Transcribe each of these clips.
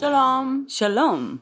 שלום. שלום.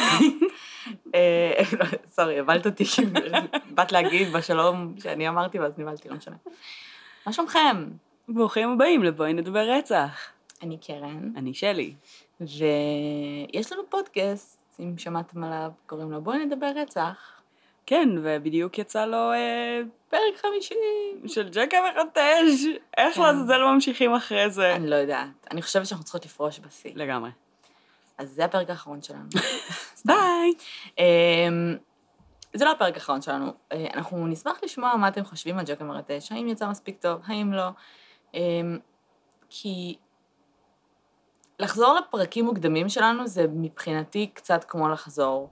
סורי, הבלת אותי, באת להגיד בשלום שאני אמרתי, ואז נבלתי, לא משנה. מה שלומכם? ברוכים הבאים לבואי נדבר רצח. אני קרן. אני שלי. ויש לנו פודקאסט, אם שמעתם עליו, קוראים לו בואי נדבר רצח. כן, ובדיוק יצא לו פרק 50. של ג'קה וחטש. איך לעזאזל ממשיכים אחרי זה? אני לא יודעת. אני חושבת שאנחנו צריכות לפרוש בשיא. לגמרי. אז זה הפרק האחרון שלנו. ביי. זה לא הפרק האחרון שלנו. אנחנו נשמח לשמוע מה אתם חושבים על ג'קה מרטש. האם יצא מספיק טוב? האם לא? כי לחזור לפרקים מוקדמים שלנו זה מבחינתי קצת כמו לחזור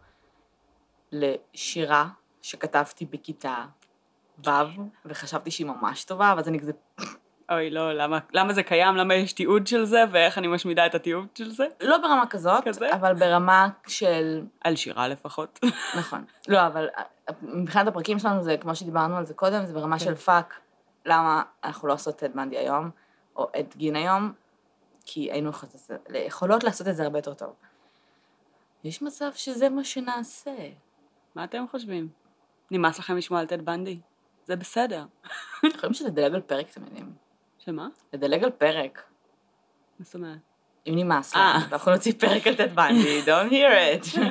לשירה שכתבתי בכיתה ו' וחשבתי שהיא ממש טובה, ואז אני כזה... אוי, לא, למה זה קיים? למה יש תיעוד של זה? ואיך אני משמידה את התיעוד של זה? לא ברמה כזאת, כזה? אבל ברמה של... על שירה לפחות. נכון. לא, אבל מבחינת הפרקים שלנו זה, כמו שדיברנו על זה קודם, זה ברמה של פאק, למה אנחנו לא עושות את מנדי היום, או את גין היום, כי היינו יכולות לעשות את זה הרבה יותר טוב. יש מצב שזה מה שנעשה. מה אתם חושבים? נמאס לכם לשמוע על טד בנדי? זה בסדר. יכולים שתדלג על פרק, אתם יודעים. שמה? לדלג על פרק. מה זאת אומרת? אם נמאס לכם, אנחנו נוציא פרק על טד בנדי, don't hear it.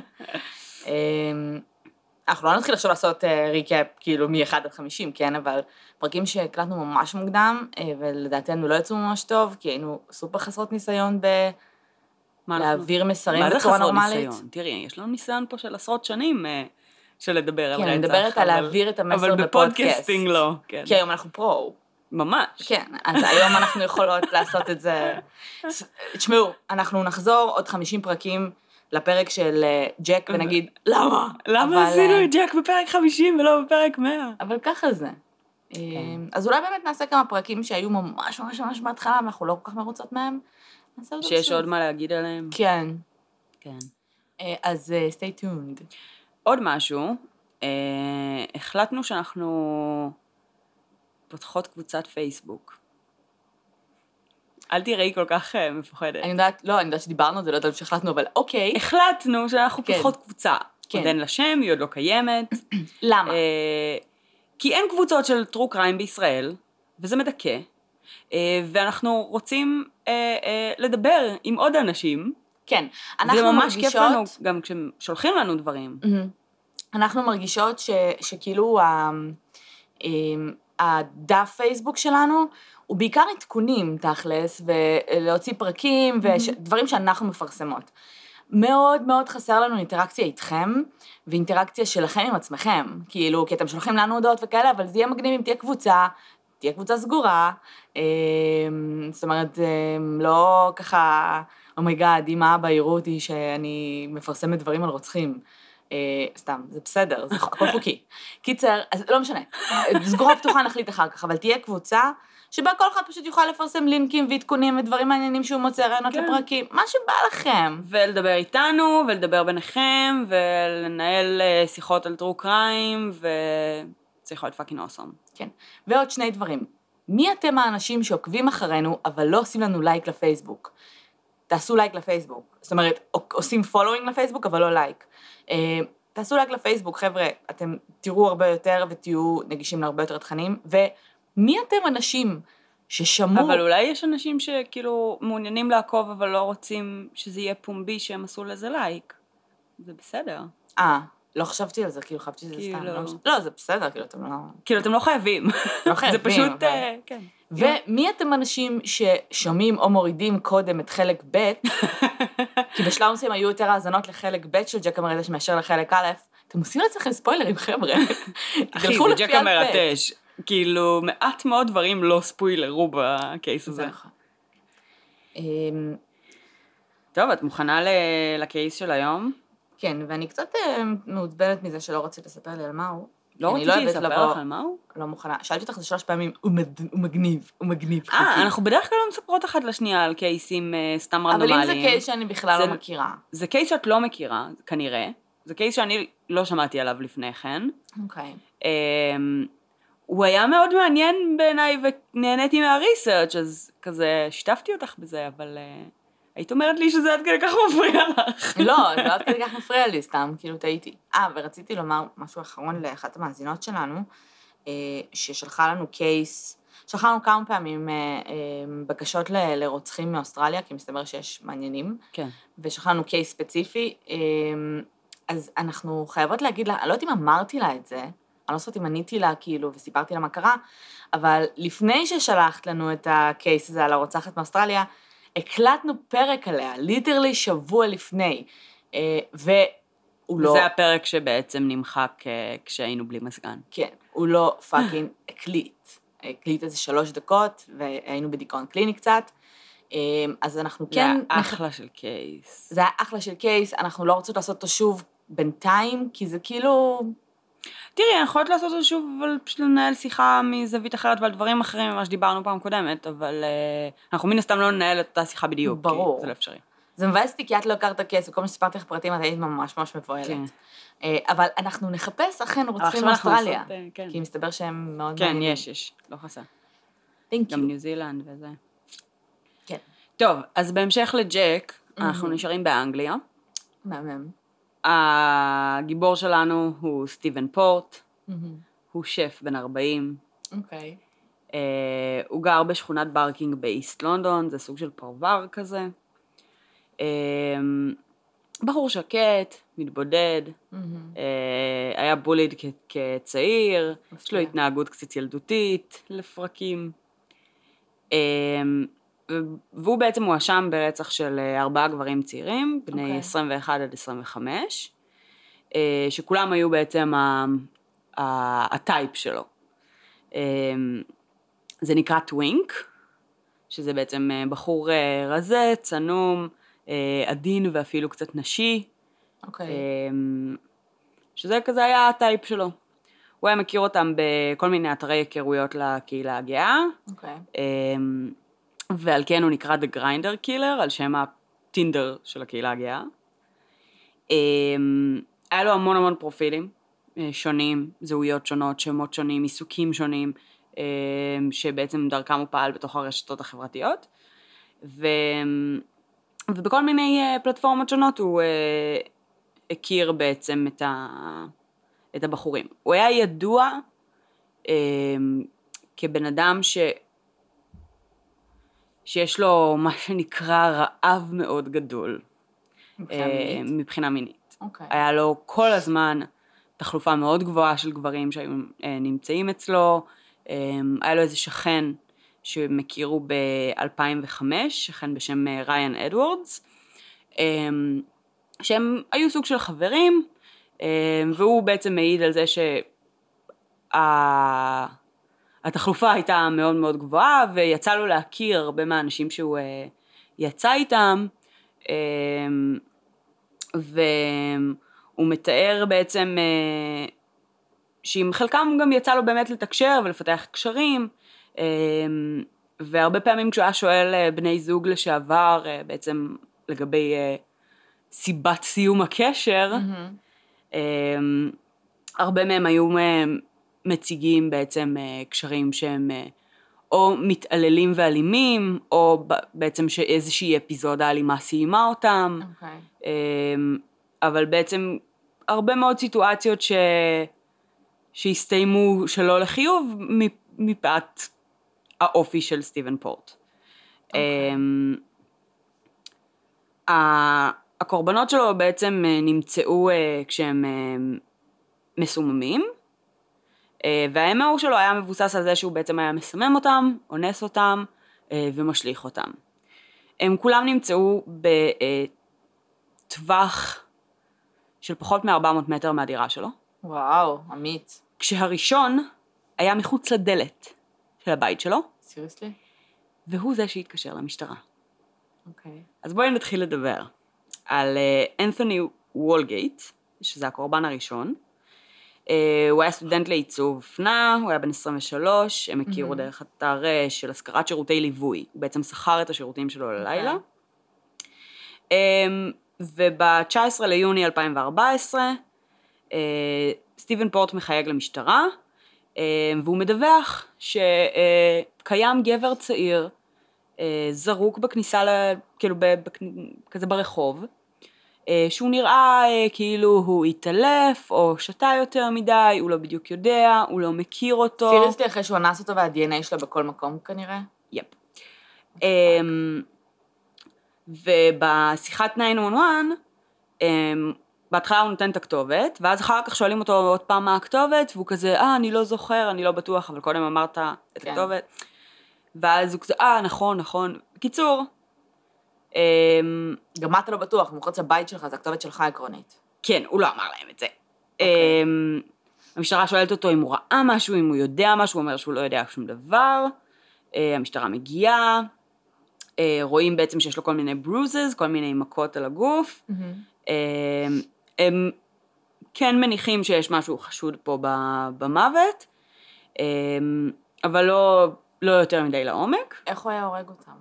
אנחנו לא נתחיל עכשיו לעשות ריקאפ כאילו מ-1 עד 50, כן? אבל פרקים שהקלטנו ממש מוקדם, ולדעתנו לא יצאו ממש טוב, כי היינו סופר חסרות ניסיון להעביר מסרים בצורה נורמלית. תראי, יש לנו ניסיון פה של עשרות שנים של לדבר על רצח. כן, אני מדברת על להעביר את המסר בפודקאסט. אבל בפודקאסטינג לא. כי היום אנחנו פרו. ממש. כן, אז היום אנחנו יכולות לעשות את זה. תשמעו, אנחנו נחזור עוד 50 פרקים לפרק של ג'ק ונגיד, למה? למה עשינו את ג'ק בפרק 50 ולא בפרק 100? אבל ככה זה. אז אולי באמת נעשה כמה פרקים שהיו ממש ממש ממש בהתחלה, ואנחנו לא כל כך מרוצות מהם. שיש עוד מה להגיד עליהם? כן. כן. אז stay tuned. עוד משהו, החלטנו שאנחנו פותחות קבוצת פייסבוק. אל תראי כל כך מפוחדת. אני יודעת שדיברנו על זה, לא יודעת שהחלטנו, אבל אוקיי. החלטנו שאנחנו פותחות קבוצה. עוד אין לה שם, היא עוד לא קיימת. למה? כי אין קבוצות של טרו קריים בישראל, וזה מדכא, ואנחנו רוצים לדבר עם עוד אנשים. כן, זה ממש כיף לנו, גם כששולחים לנו דברים. אנחנו מרגישות שכאילו הדף פייסבוק שלנו, הוא בעיקר עדכונים תכלס, ולהוציא פרקים ודברים שאנחנו מפרסמות. מאוד מאוד חסר לנו אינטראקציה איתכם, ואינטראקציה שלכם עם עצמכם, כאילו, כי אתם שולחים לנו הודעות וכאלה, אבל זה יהיה מגניב אם תהיה קבוצה סגורה, זאת אומרת, לא ככה, אומייגאד, אמא אבא יראו אותי שאני מפרסמת דברים על רוצחים, סתם, זה בסדר, זה הכל חוקי. קיצר, אז לא משנה, סגורה פתוחה נחליט אחר כך, אבל תהיה קבוצה, שבה כל אחד פשוט יוכל לפרסם לינקים ועדכונים ודברים מעניינים שהוא מוצא רעיונות לפרקים, מה שבא לכם. ולדבר איתנו, ולדבר ביניכם, ולנהל שיחות על טרו קריים, וזה יכול להיות פאקינג אוסום. כן, ועוד שני דברים. מי אתם האנשים שעוקבים אחרינו, אבל לא עושים לנו לייק לפייסבוק? תעשו לייק לפייסבוק. זאת אומרת, עושים פולווינג לפייסבוק, אבל לא לייק. תעשו לייק לפייסבוק, חבר'ה, אתם תראו הרבה יותר ותהיו נגישים להרבה יותר תכנים, ומי אתם אנשים ששמעו... אבל אולי יש אנשים שכאילו מעוניינים לעקוב, אבל לא רוצים שזה יהיה פומבי שהם עשו לזה לייק. זה בסדר. לא חשבתי על זה, כאילו חשבתי שזה סתם. לא, זה בסדר, כאילו אתם לא... כאילו אתם לא חייבים. לא חייבים. זה פשוט, כן. ומי אתם אנשים ששומעים או מורידים קודם את חלק ב', כי בשלב מסוים היו יותר האזנות לחלק ב' של ג'קה מרטש מאשר לחלק א', אתם עושים לעצמכם ספוילרים, חבר'ה. אחי, זה ג'קה מרטש. כאילו, מעט מאוד דברים לא ספוילרו בקייס הזה. טוב, את מוכנה לקייס של היום? כן, ואני קצת מעוצבנת מזה שלא רציתי לספר לי על מה הוא. לא רציתי לספר לך על מה הוא? לא מוכנה. שאלתי אותך זה 3 פעמים, הוא מגניב. אנחנו בדרך כלל לא מספרות אחת לשנייה על קייסים סתם רנדומליים. אבל אם זה קייס שאני בכלל לא מכירה. זה קייס שאת לא מכירה, כנראה. זה קייס שאני לא שמעתי עליו לפני כן. אוקיי. הוא היה מאוד מעניין בעיניי ונהניתי מהריסרצ' אז כזה שיתפתי אותך בזה, אבל היית אומרת לי שזה עד כדי כך מפריע לך. לא, זה לא עד כדי כך מפריע לי, סתם, כאילו טעיתי. ורציתי לומר משהו אחרון לאחת המאזינות שלנו, ששלחה לנו קייס, שלחה לנו כמה פעמים בקשות לרוצחים מאוסטרליה, כי מסתבר שיש מעניינים, כן. ושלחה לנו קייס ספציפי, אז אנחנו חייבות להגיד לה, אני לא יודעת אם אמרתי לה את זה, אני לא יודעת אם עניתי לה כאילו וסיפרתי לה מה קרה, אבל לפני ששלחת לנו את הקייס הזה על הרוצחת מאוסטרליה, הקלטנו פרק עליה, ליטרלי שבוע לפני, והוא לא... זה הפרק שבעצם נמחק כשהיינו בלי מזגן. כן, הוא לא פאקינג הקליט איזה 3 דקות, והיינו בדיכאון קליני קצת, אז אנחנו כן... זה היה אחלה של קייס. זה היה אחלה של קייס, אנחנו לא רוצות לעשות אותו שוב בינתיים, כי זה כאילו... תראי, אנחנו יכולות לעשות אותו שוב, אבל פשוט לנהל שיחה מזווית אחרת ועל דברים אחרים ממה שדיברנו פעם קודמת, אבל אנחנו מן הסתם לא ננהל את אותה שיחה בדיוק, ברור. כי זה לא אפשרי. זה מבאס אותי כי את לא הכרת קייס, וכל מה שסיפרתי לך פרטים, את היית ממש ממש מבועלת. כן. אבל אנחנו נחפש אכן רוצחים מאוסטרליה, כן. כי מסתבר שהם מאוד כן, מעניינים. יש, לא חסר. Thank גם you. ניו זילנד וזה. כן. טוב, אז בהמשך לג'ק, אנחנו נשארים באנגליה. מהמם. הגיבור שלנו הוא סטיבן פורט, הוא שף בן 40. אוקיי. הוא גר בשכונת ברקינג באיסט לונדון, זה סוג של פרבר כזה. בחור שקט, מתבודד, היה בוליד כצעיר, יש לו התנהגות קצת ילדותית לפרקים. והוא בעצם מואשם ברצח של 4 גברים צעירים, בני 21 עד 25, שכולם היו בעצם הטייפ שלו. זה נקרא טווינק, שזה בעצם בחור רזה, צנום, עדין ואפילו קצת נשי. שזה כזה היה הטייפ שלו. הוא היה מכיר אותם בכל מיני אתרי היכרויות לקהילה הגאה. ועל כן הוא נקרא The Grinder Killer, על שם הטינדר של הקהילה הגאה. היה לו המון פרופילים שונים, זהויות שונות, שמות שונים, עיסוקים שונים, שבעצם דרכם הוא פעל בתוך הרשתות החברתיות. ובכל מיני פלטפורמות שונות הוא הכיר בעצם את הבחורים. הוא היה ידוע כבן אדם שיש לו מה שנקרא רעב מאוד גדול. מבחינה מינית. היה לו כל הזמן תחלופה מאוד גבוהה של גברים שהיו נמצאים אצלו. היה לו איזה שכן שהם הכירו ב-2005, שכן בשם ריין אדוורדס, שהם היו סוג של חברים, והוא בעצם מעיד על זה שהתחלופה הייתה מאוד מאוד גבוהה, ויצא לו להכיר הרבה מהאנשים שהוא יצא איתם, והוא מתאר בעצם שעם חלקם גם יצא לו באמת לתקשר ולפתח קשרים, והרבה פעמים כשהוא היה שואל בני זוג לשעבר בעצם לגבי סיבת סיום הקשר, הרבה מהם היו מציגים בעצם קשרים שהם או מתעללים ואלימים, או בעצם שאיזושהי אפיזודה אלימה סיימה אותם, אבל בעצם הרבה מאוד סיטואציות שהסתיימו שלא לחיוב מפאת האופי של סטיבן פורט. הקורבנות שלו בעצם נמצאו כשהם מסוממים, והאמור שלו היה מבוסס על זה שהוא בעצם היה מסמם אותם, אונס אותם ומשליך אותם. הם כולם נמצאו בטווח של פחות מ-400 מטר מהדירה שלו. וואו, אמיץ. כשהראשון היה מחוץ לדלת של הבית שלו. סיריוסלי? והוא זה שהתקשר למשטרה. אוקיי. אז בואי נתחיל לדבר על אנת'וני וולגייט, שזה הקורבן הראשון. הוא היה סטודנט לעיצוב אופנה, הוא היה בן 23, הם הכירו דרך אתר של השכרת שירותי ליווי. הוא בעצם שכר את השירותים שלו ללילה. וב-19 ליוני 2014, סטיבן פורט מחייג למשטרה, והוא מדווח שקיים גבר צעיר זרוק בכניסה, כאילו כזה ברחוב, שהוא נראה כאילו הוא התעלף או שתה יותר מדי, הוא לא בדיוק יודע, הוא לא מכיר אותו. סיריוסלי אחרי שהוא אנס אותו וה-DNA שלו בכל מקום כנראה? יפ. ובשיחת 911, בהתחלה הוא נותן את הכתובת, ואז אחר כך שואלים אותו עוד פעם מה הכתובת, והוא כזה, אני לא זוכר, אני לא בטוח, אבל קודם אמרת את הכתובת. ואז הוא כזה, נכון. בקיצור, גם מה אתה לא בטוח, מחוץ לבית שלך, זה הכתובת שלך עקרונית. כן, הוא לא אמר להם את זה. המשטרה שואלת אותו אם הוא ראה משהו, אם הוא יודע משהו, הוא אומר שהוא לא יודע שום דבר. המשטרה מגיעה, רואים בעצם שיש לו כל מיני ברוזס, כל מיני מכות על הגוף. הם כן מניחים שיש משהו חשוד פה במוות, אבל לא יותר מדי לעומק. איך הוא היה הורג אותם?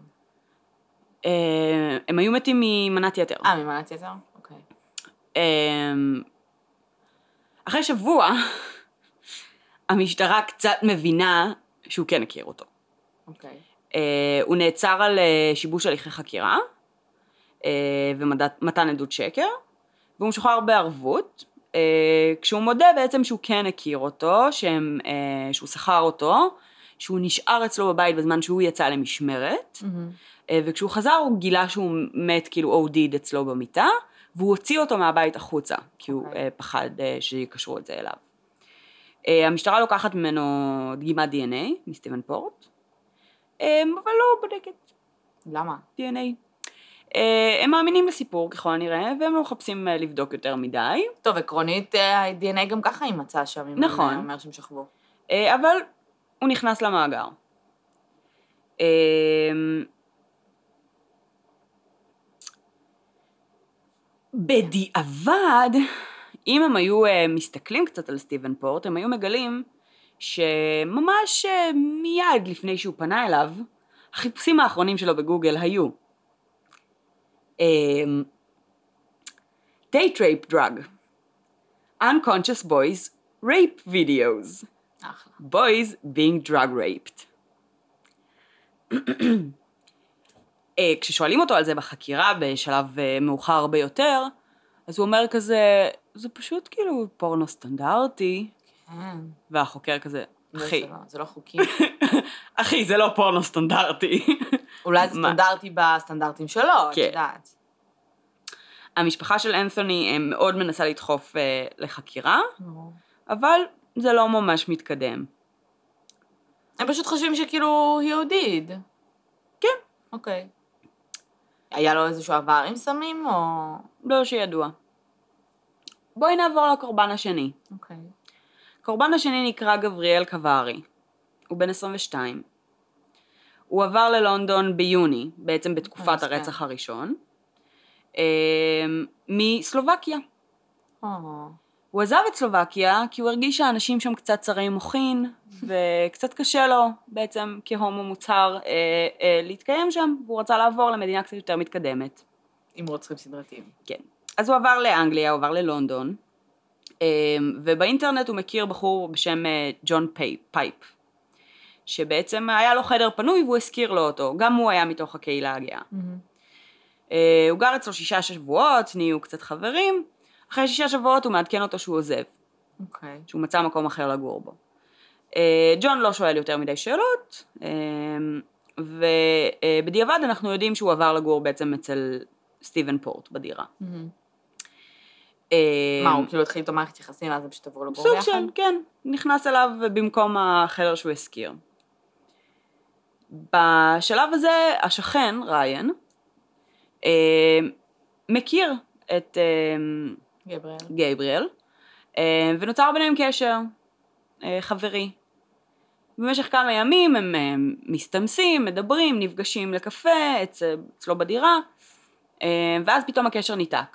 הם היו מתים ממנת יתר. ממנת יתר? אוקיי. אחרי שבוע, המשטרה קצת מבינה שהוא כן הכיר אותו. אוקיי. הוא נעצר על שיבוש הליכי חקירה, ומתן עדות שקר, והוא משוחרר בערבות, כשהוא מודה בעצם שהוא כן הכיר אותו, שהוא שכר אותו, שהוא נשאר אצלו בבית בזמן שהוא יצא למשמרת, וכשהוא חזר הוא גילה שהוא מת כאילו אודיד אצלו במיטה, והוא הוציא אותו מהבית החוצה, כי הוא פחד שיקשרו את זה אליו. המשטרה לוקחת ממנו דגימת DNA מסטיבן פורט, אבל לא בודקת. למה? DNA. הם מאמינים לסיפור ככל הנראה, והם לא מחפשים לבדוק יותר מדי. טוב, עקרונית, ה-DNA גם ככה היא מצאה שם, אם נכון. אומר שהם שכבו. אבל הוא נכנס למאגר. בדיעבד, אם הם היו מסתכלים קצת על סטיבן פורט, הם היו מגלים שממש מיד לפני שהוא פנה אליו, החיפושים האחרונים שלו בגוגל היו date rape drug, unconscious boys rape videos, boys being drug raped. כששואלים אותו על זה בחקירה בשלב מאוחר הרבה יותר, אז הוא אומר כזה, זה פשוט כאילו פורנו סטנדרטי. כן. והחוקר כזה, אחי. זה לא חוקי. אחי, זה לא פורנו סטנדרטי. אולי זה סטנדרטי בסטנדרטים שלו, את יודעת. המשפחה של אנת'וני מאוד מנסה לדחוף לחקירה, אבל זה לא ממש מתקדם. הם פשוט חושבים שכאילו he did. כן. אוקיי. היה לו איזשהו עבר עם סמים או... לא שידוע. בואי נעבור לקורבן השני. אוקיי. הקורבן השני נקרא גבריאל קווארי. הוא בן 22. הוא עבר ללונדון ביוני, בעצם בתקופת הרצח הראשון, מסלובקיה. הוא עזב את סלובקיה כי הוא הרגיש שהאנשים שם קצת צרי מוחין, וקצת קשה לו בעצם כהומו מוצהר להתקיים שם, והוא רצה לעבור למדינה קצת יותר מתקדמת. עם רוצחים סדרתיים. כן. אז הוא עבר לאנגליה, הוא עבר ללונדון, ובאינטרנט הוא מכיר בחור בשם ג'ון פייפ, שבעצם היה לו חדר פנוי והוא הזכיר לו אותו, גם הוא היה מתוך הקהילה הגאה. הוא גר אצלו 6 שבועות, נהיו קצת חברים, אחרי 6 שבועות הוא מעדכן אותו שהוא עוזב, שהוא מצא מקום אחר לגור בו. ג'ון לא שואל יותר מדי שאלות, ובדיעבד אנחנו יודעים שהוא עבר לגור בעצם אצל סטיבן פורט בדירה. מה, הוא כאילו התחיל איתו מערכת יחסים, אז הם פשוט עברו לגור ביחד? סוג של, כן, נכנס אליו במקום החדר שהוא הזכיר. בשלב הזה השכן, ריין, מכיר את גבריאל, ונוצר ביניהם קשר חברי. במשך כמה ימים הם מסתמסים, מדברים, נפגשים לקפה אצלו בדירה, ואז פתאום הקשר ניתק.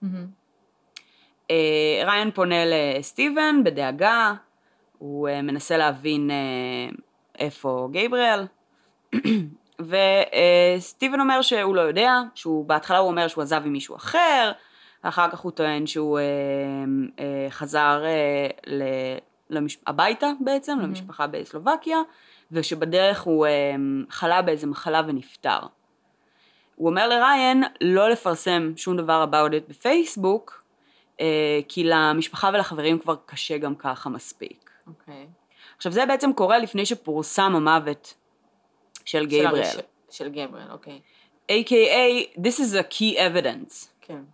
ריין פונה לסטיבן בדאגה, הוא מנסה להבין איפה גבריאל, וסטיבן אומר שהוא לא יודע, בהתחלה הוא אומר שהוא עזב עם מישהו אחר, ואחר כך הוא טוען שהוא חזר הביתה בעצם, למשפחה בסלובקיה, ושבדרך הוא חלה באיזה מחלה ונפטר. הוא אומר לריין לא לפרסם שום דבר about it בפייסבוק, כי למשפחה ולחברים כבר קשה גם ככה מספיק. אוקיי. עכשיו זה בעצם קורה לפני שפורסם המוות של גייבריאל. של גייבריאל, אוקיי. A.K.A. this is a key evidence. כן.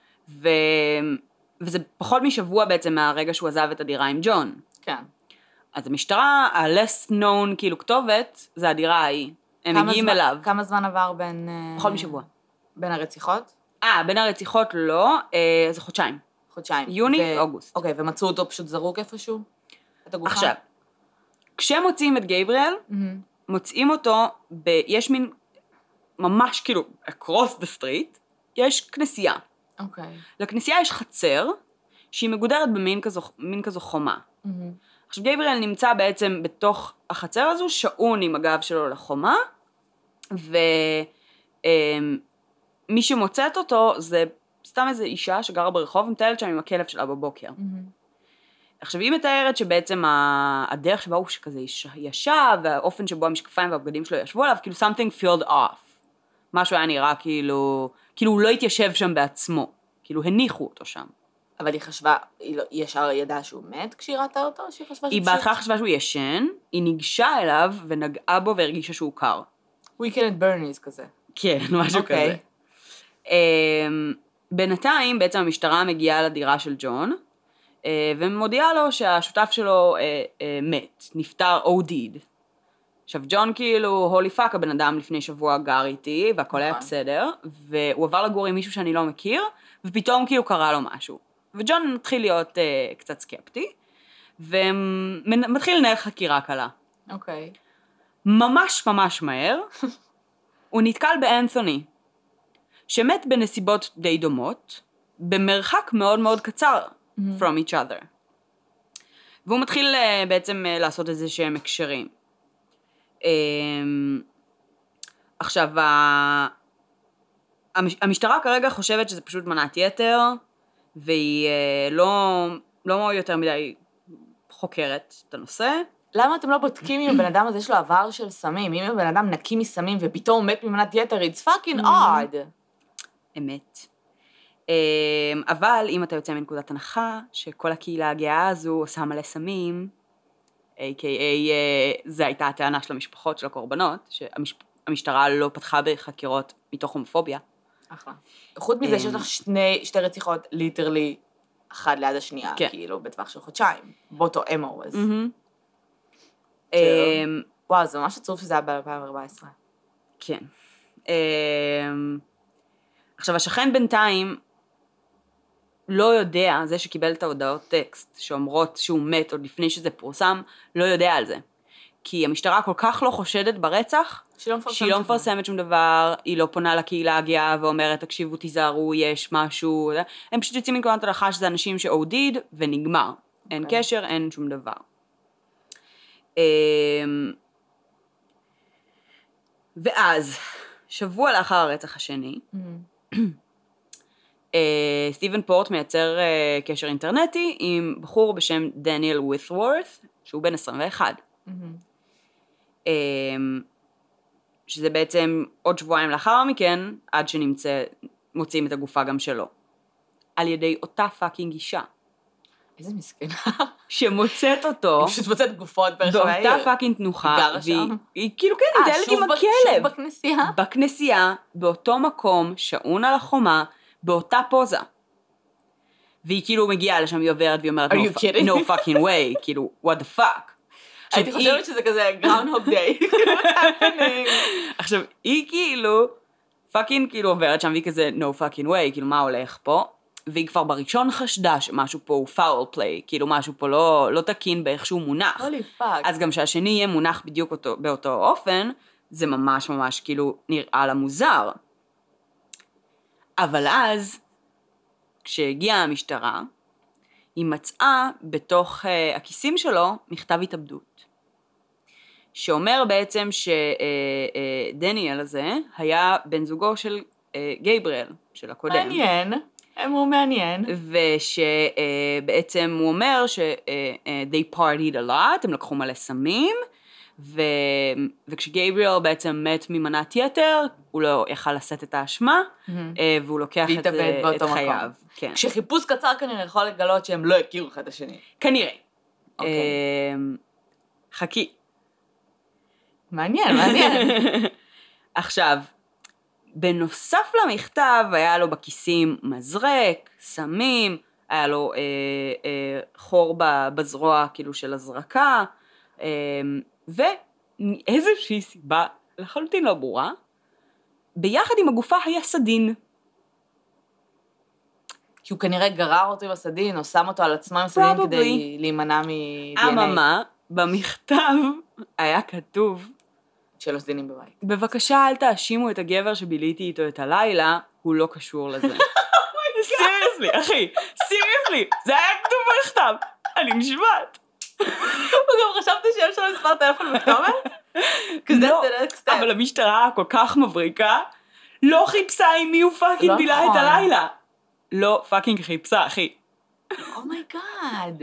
וזה פחות משבוע בעצם מהרגע שהוא עזב את הדירה עם ג'ון. כן. אז המשטרה, ה-less known כאילו כתובת, זה הדירה ההיא. הם מגיעים אליו. כמה זמן עבר בין... פחות משבוע. בין הרציחות? בין הרציחות לא, זה חודשיים. חודשיים. יוני, אוגוסט. אוקיי, ומצאו אותו פשוט זרוק איפשהו? את הגופה? עכשיו, כשמוצאים את גייבריאל, מוצאים אותו, יש מין, ממש כאילו, across the street, יש כנסייה. אוקיי. לכנסייה יש חצר, שהיא מגודרת במין כזו חומה. עכשיו גייבריאל נמצא בעצם בתוך החצר הזו, שעון עם הגב שלו לחומה, ומי שמוצאת אותו זה סתם איזו אישה שגרה ברחוב, מטיילת שם עם הכלב שלה בבוקר. עכשיו היא מתארת שבעצם הדרך שבה הוא כזה ישב, והאופן שבו המשקפיים והבגדים שלו ישבו עליו, כאילו something filled off. משהו היה נראה כאילו הוא לא התיישב שם בעצמו, כאילו הניחו אותו שם. אבל היא חשבה, היא ישר ידעה שהוא מת כשהיא ראתה אותו, או שהיא חשבה היא בהתחלה חשבה שהוא ישן, היא ניגשה אליו ונגעה בו והרגישה שהוא קר. Weekend at Bernie's כזה. כן, משהו כזה. בינתיים בעצם המשטרה מגיעה לדירה של ג'ון, ומודיעה לו שהשותף שלו מת, נפטר OD'd. עכשיו ג'ון כאילו, הולי פאק, הבן אדם לפני שבוע גר איתי, והכל היה בסדר, והוא עבר לגור עם מישהו שאני לא מכיר, ופתאום כאילו קרה לו משהו. וג'ון מתחיל להיות קצת סקפטי, ומתחיל לנהל חקירה קלה. אוקיי. ממש ממש מהר, הוא נתקל באנתוני, שמת בנסיבות די דומות, במרחק מאוד מאוד קצר from each other. והוא מתחיל בעצם לעשות איזה שהם הקשרים. עכשיו, המשטרה כרגע חושבת שזה פשוט מנת יתר, והיא לא יותר מדי חוקרת את הנושא. למה אתם לא בודקים אם הבן אדם הזה יש לו עבר של סמים? אם הבן אדם נקי מסמים ופתאום הוא מת ממנת יתר, it's fucking odd. אמת. אבל אם אתה יוצא מנקודת הנחה, שכל הקהילה הגאה הזו עושה מלא סמים, A.K.A. זה הייתה הטענה של המשפחות של הקורבנות, שהמשטרה לא פתחה בחקירות מתוך הומופוביה. אחלה. חוץ מזה שיש לך שתי רציחות, ליטרלי, אחד ליד השנייה, כאילו, בטווח של חודשיים, באותו אמו. וואו, זה ממש עצוב שזה היה ב-2014. כן. עכשיו, השכן בינתיים לא יודע, זה שקיבל את ההודעות טקסט, שאומרות שהוא מת עוד לפני שזה פורסם, לא יודע על זה. כי המשטרה כל כך לא חושדת ברצח, שהיא לא מפרסמת שום דבר, היא לא פונה לקהילה הגאה ואומרת, תקשיבו, תיזהרו, יש משהו, הם פשוט יוצאים מנקודת הנחה שזה אנשים ש-OD'd ונגמר. אין קשר, אין שום דבר. ואז, שבוע לאחר הרצח השני, סטיבן פורט מייצר קשר אינטרנטי עם בחור בשם דניאל ווית'וורת' שהוא בן 21. שזה בעצם עוד שבועיים לאחר מכן, עד מוצאים את הגופה גם שלו. על ידי אותה פאקינג אישה. איזה מסכנה. שמוצאת אותו. היא פשוט מוצאת גופות ברחבי העיר. באותה פאקינג תנוחה. היא גרה שם. היא כאילו כן, היא דיילת עם הכלב. שוב בכנסייה? בכנסייה, באותו מקום, שעון על החומה, באותה פוזה. והיא כאילו מגיעה לשם, היא עוברת והיא אומרת, no fucking way, כאילו, what the fuck. הייתי חושבת שזה כזה groundhog day. What's happening? עכשיו, היא כאילו, פאקינג כאילו עוברת שם, והיא כזה, no fucking way, כאילו, מה הולך פה? והיא כבר בראשון חשדה שמשהו פה הוא foul play, כאילו משהו פה לא תקין באיכשהו מונח. Holy fuck. אז גם שהשני יהיה מונח בדיוק באותו אופן, זה ממש ממש כאילו נראה לה מוזר. אבל אז, כשהגיעה המשטרה, היא מצאה בתוך הכיסים שלו מכתב התאבדות. שאומר בעצם שדניאל הזה היה בן זוגו של גייבריאל, של הקודם. מעניין. הוא מעניין. ושבעצם הוא אומר they partied a lot, הם לקחו מלא סמים, וכשגייבריאל בעצם מת ממנת יתר, הוא לא יכל לשאת את האשמה, והוא לוקח את חייו. כן. כשחיפוש קצר כנראה יכול לגלות שהם לא הכירו אחד השני. כנראה. חכי. מעניין. עכשיו, בנוסף למכתב, היה לו בכיסים מזרק, סמים, היה לו חור בזרוע כאילו של הזרקה, ואיזושהי סיבה לחלוטין לא ברורה, ביחד עם הגופה היה סדין. כי הוא כנראה גרר אותו בסדין, או שם אותו על עצמו עם סדין כדי להימנע מ-DNA. אממה, במכתב היה כתוב, של הסדינים בבית. בבקשה אל תאשימו את הגבר שביליתי איתו את הלילה, הוא לא קשור לזה. סיריוסלי, אחי, סיריוסלי, זה היה כתוב במכתב, אני נשמעת. וגם חשבתי שיש לו מספר טלפון בכתובת? לא, אבל המשטרה כל כך מבריקה, לא חיפשה עם מי הוא פאקינג בילה את הלילה. לא פאקינג חיפשה, אחי. אומייגאד.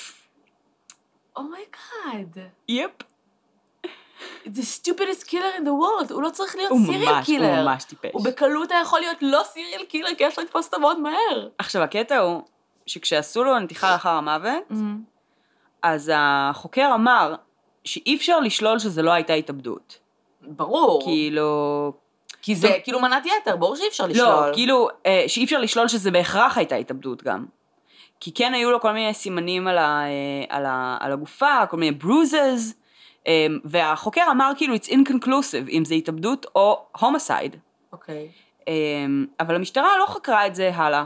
יפ. The stupidest killer in the world, הוא לא צריך להיות סיריאל קילר. הוא ממש טיפש. הוא בקלות יכול להיות לא סיריאל קילר, כי יש לו לתפוס אותו מאוד מהר. עכשיו, הקטע הוא שכשעשו לו נתיחה לאחר המוות, אז החוקר אמר שאי אפשר לשלול שזה לא הייתה התאבדות. ברור. כאילו... כי זה כאילו מנת יתר, ברור שאי אפשר לשלול. לא, כאילו שאי אפשר לשלול שזה בהכרח הייתה התאבדות גם. כי כן היו לו כל מיני סימנים על הגופה, כל מיני bruises, והחוקר אמר כאילו it's inconclusive, אם זה התאבדות או homicide. אוקיי. אבל המשטרה לא חקרה את זה הלאה.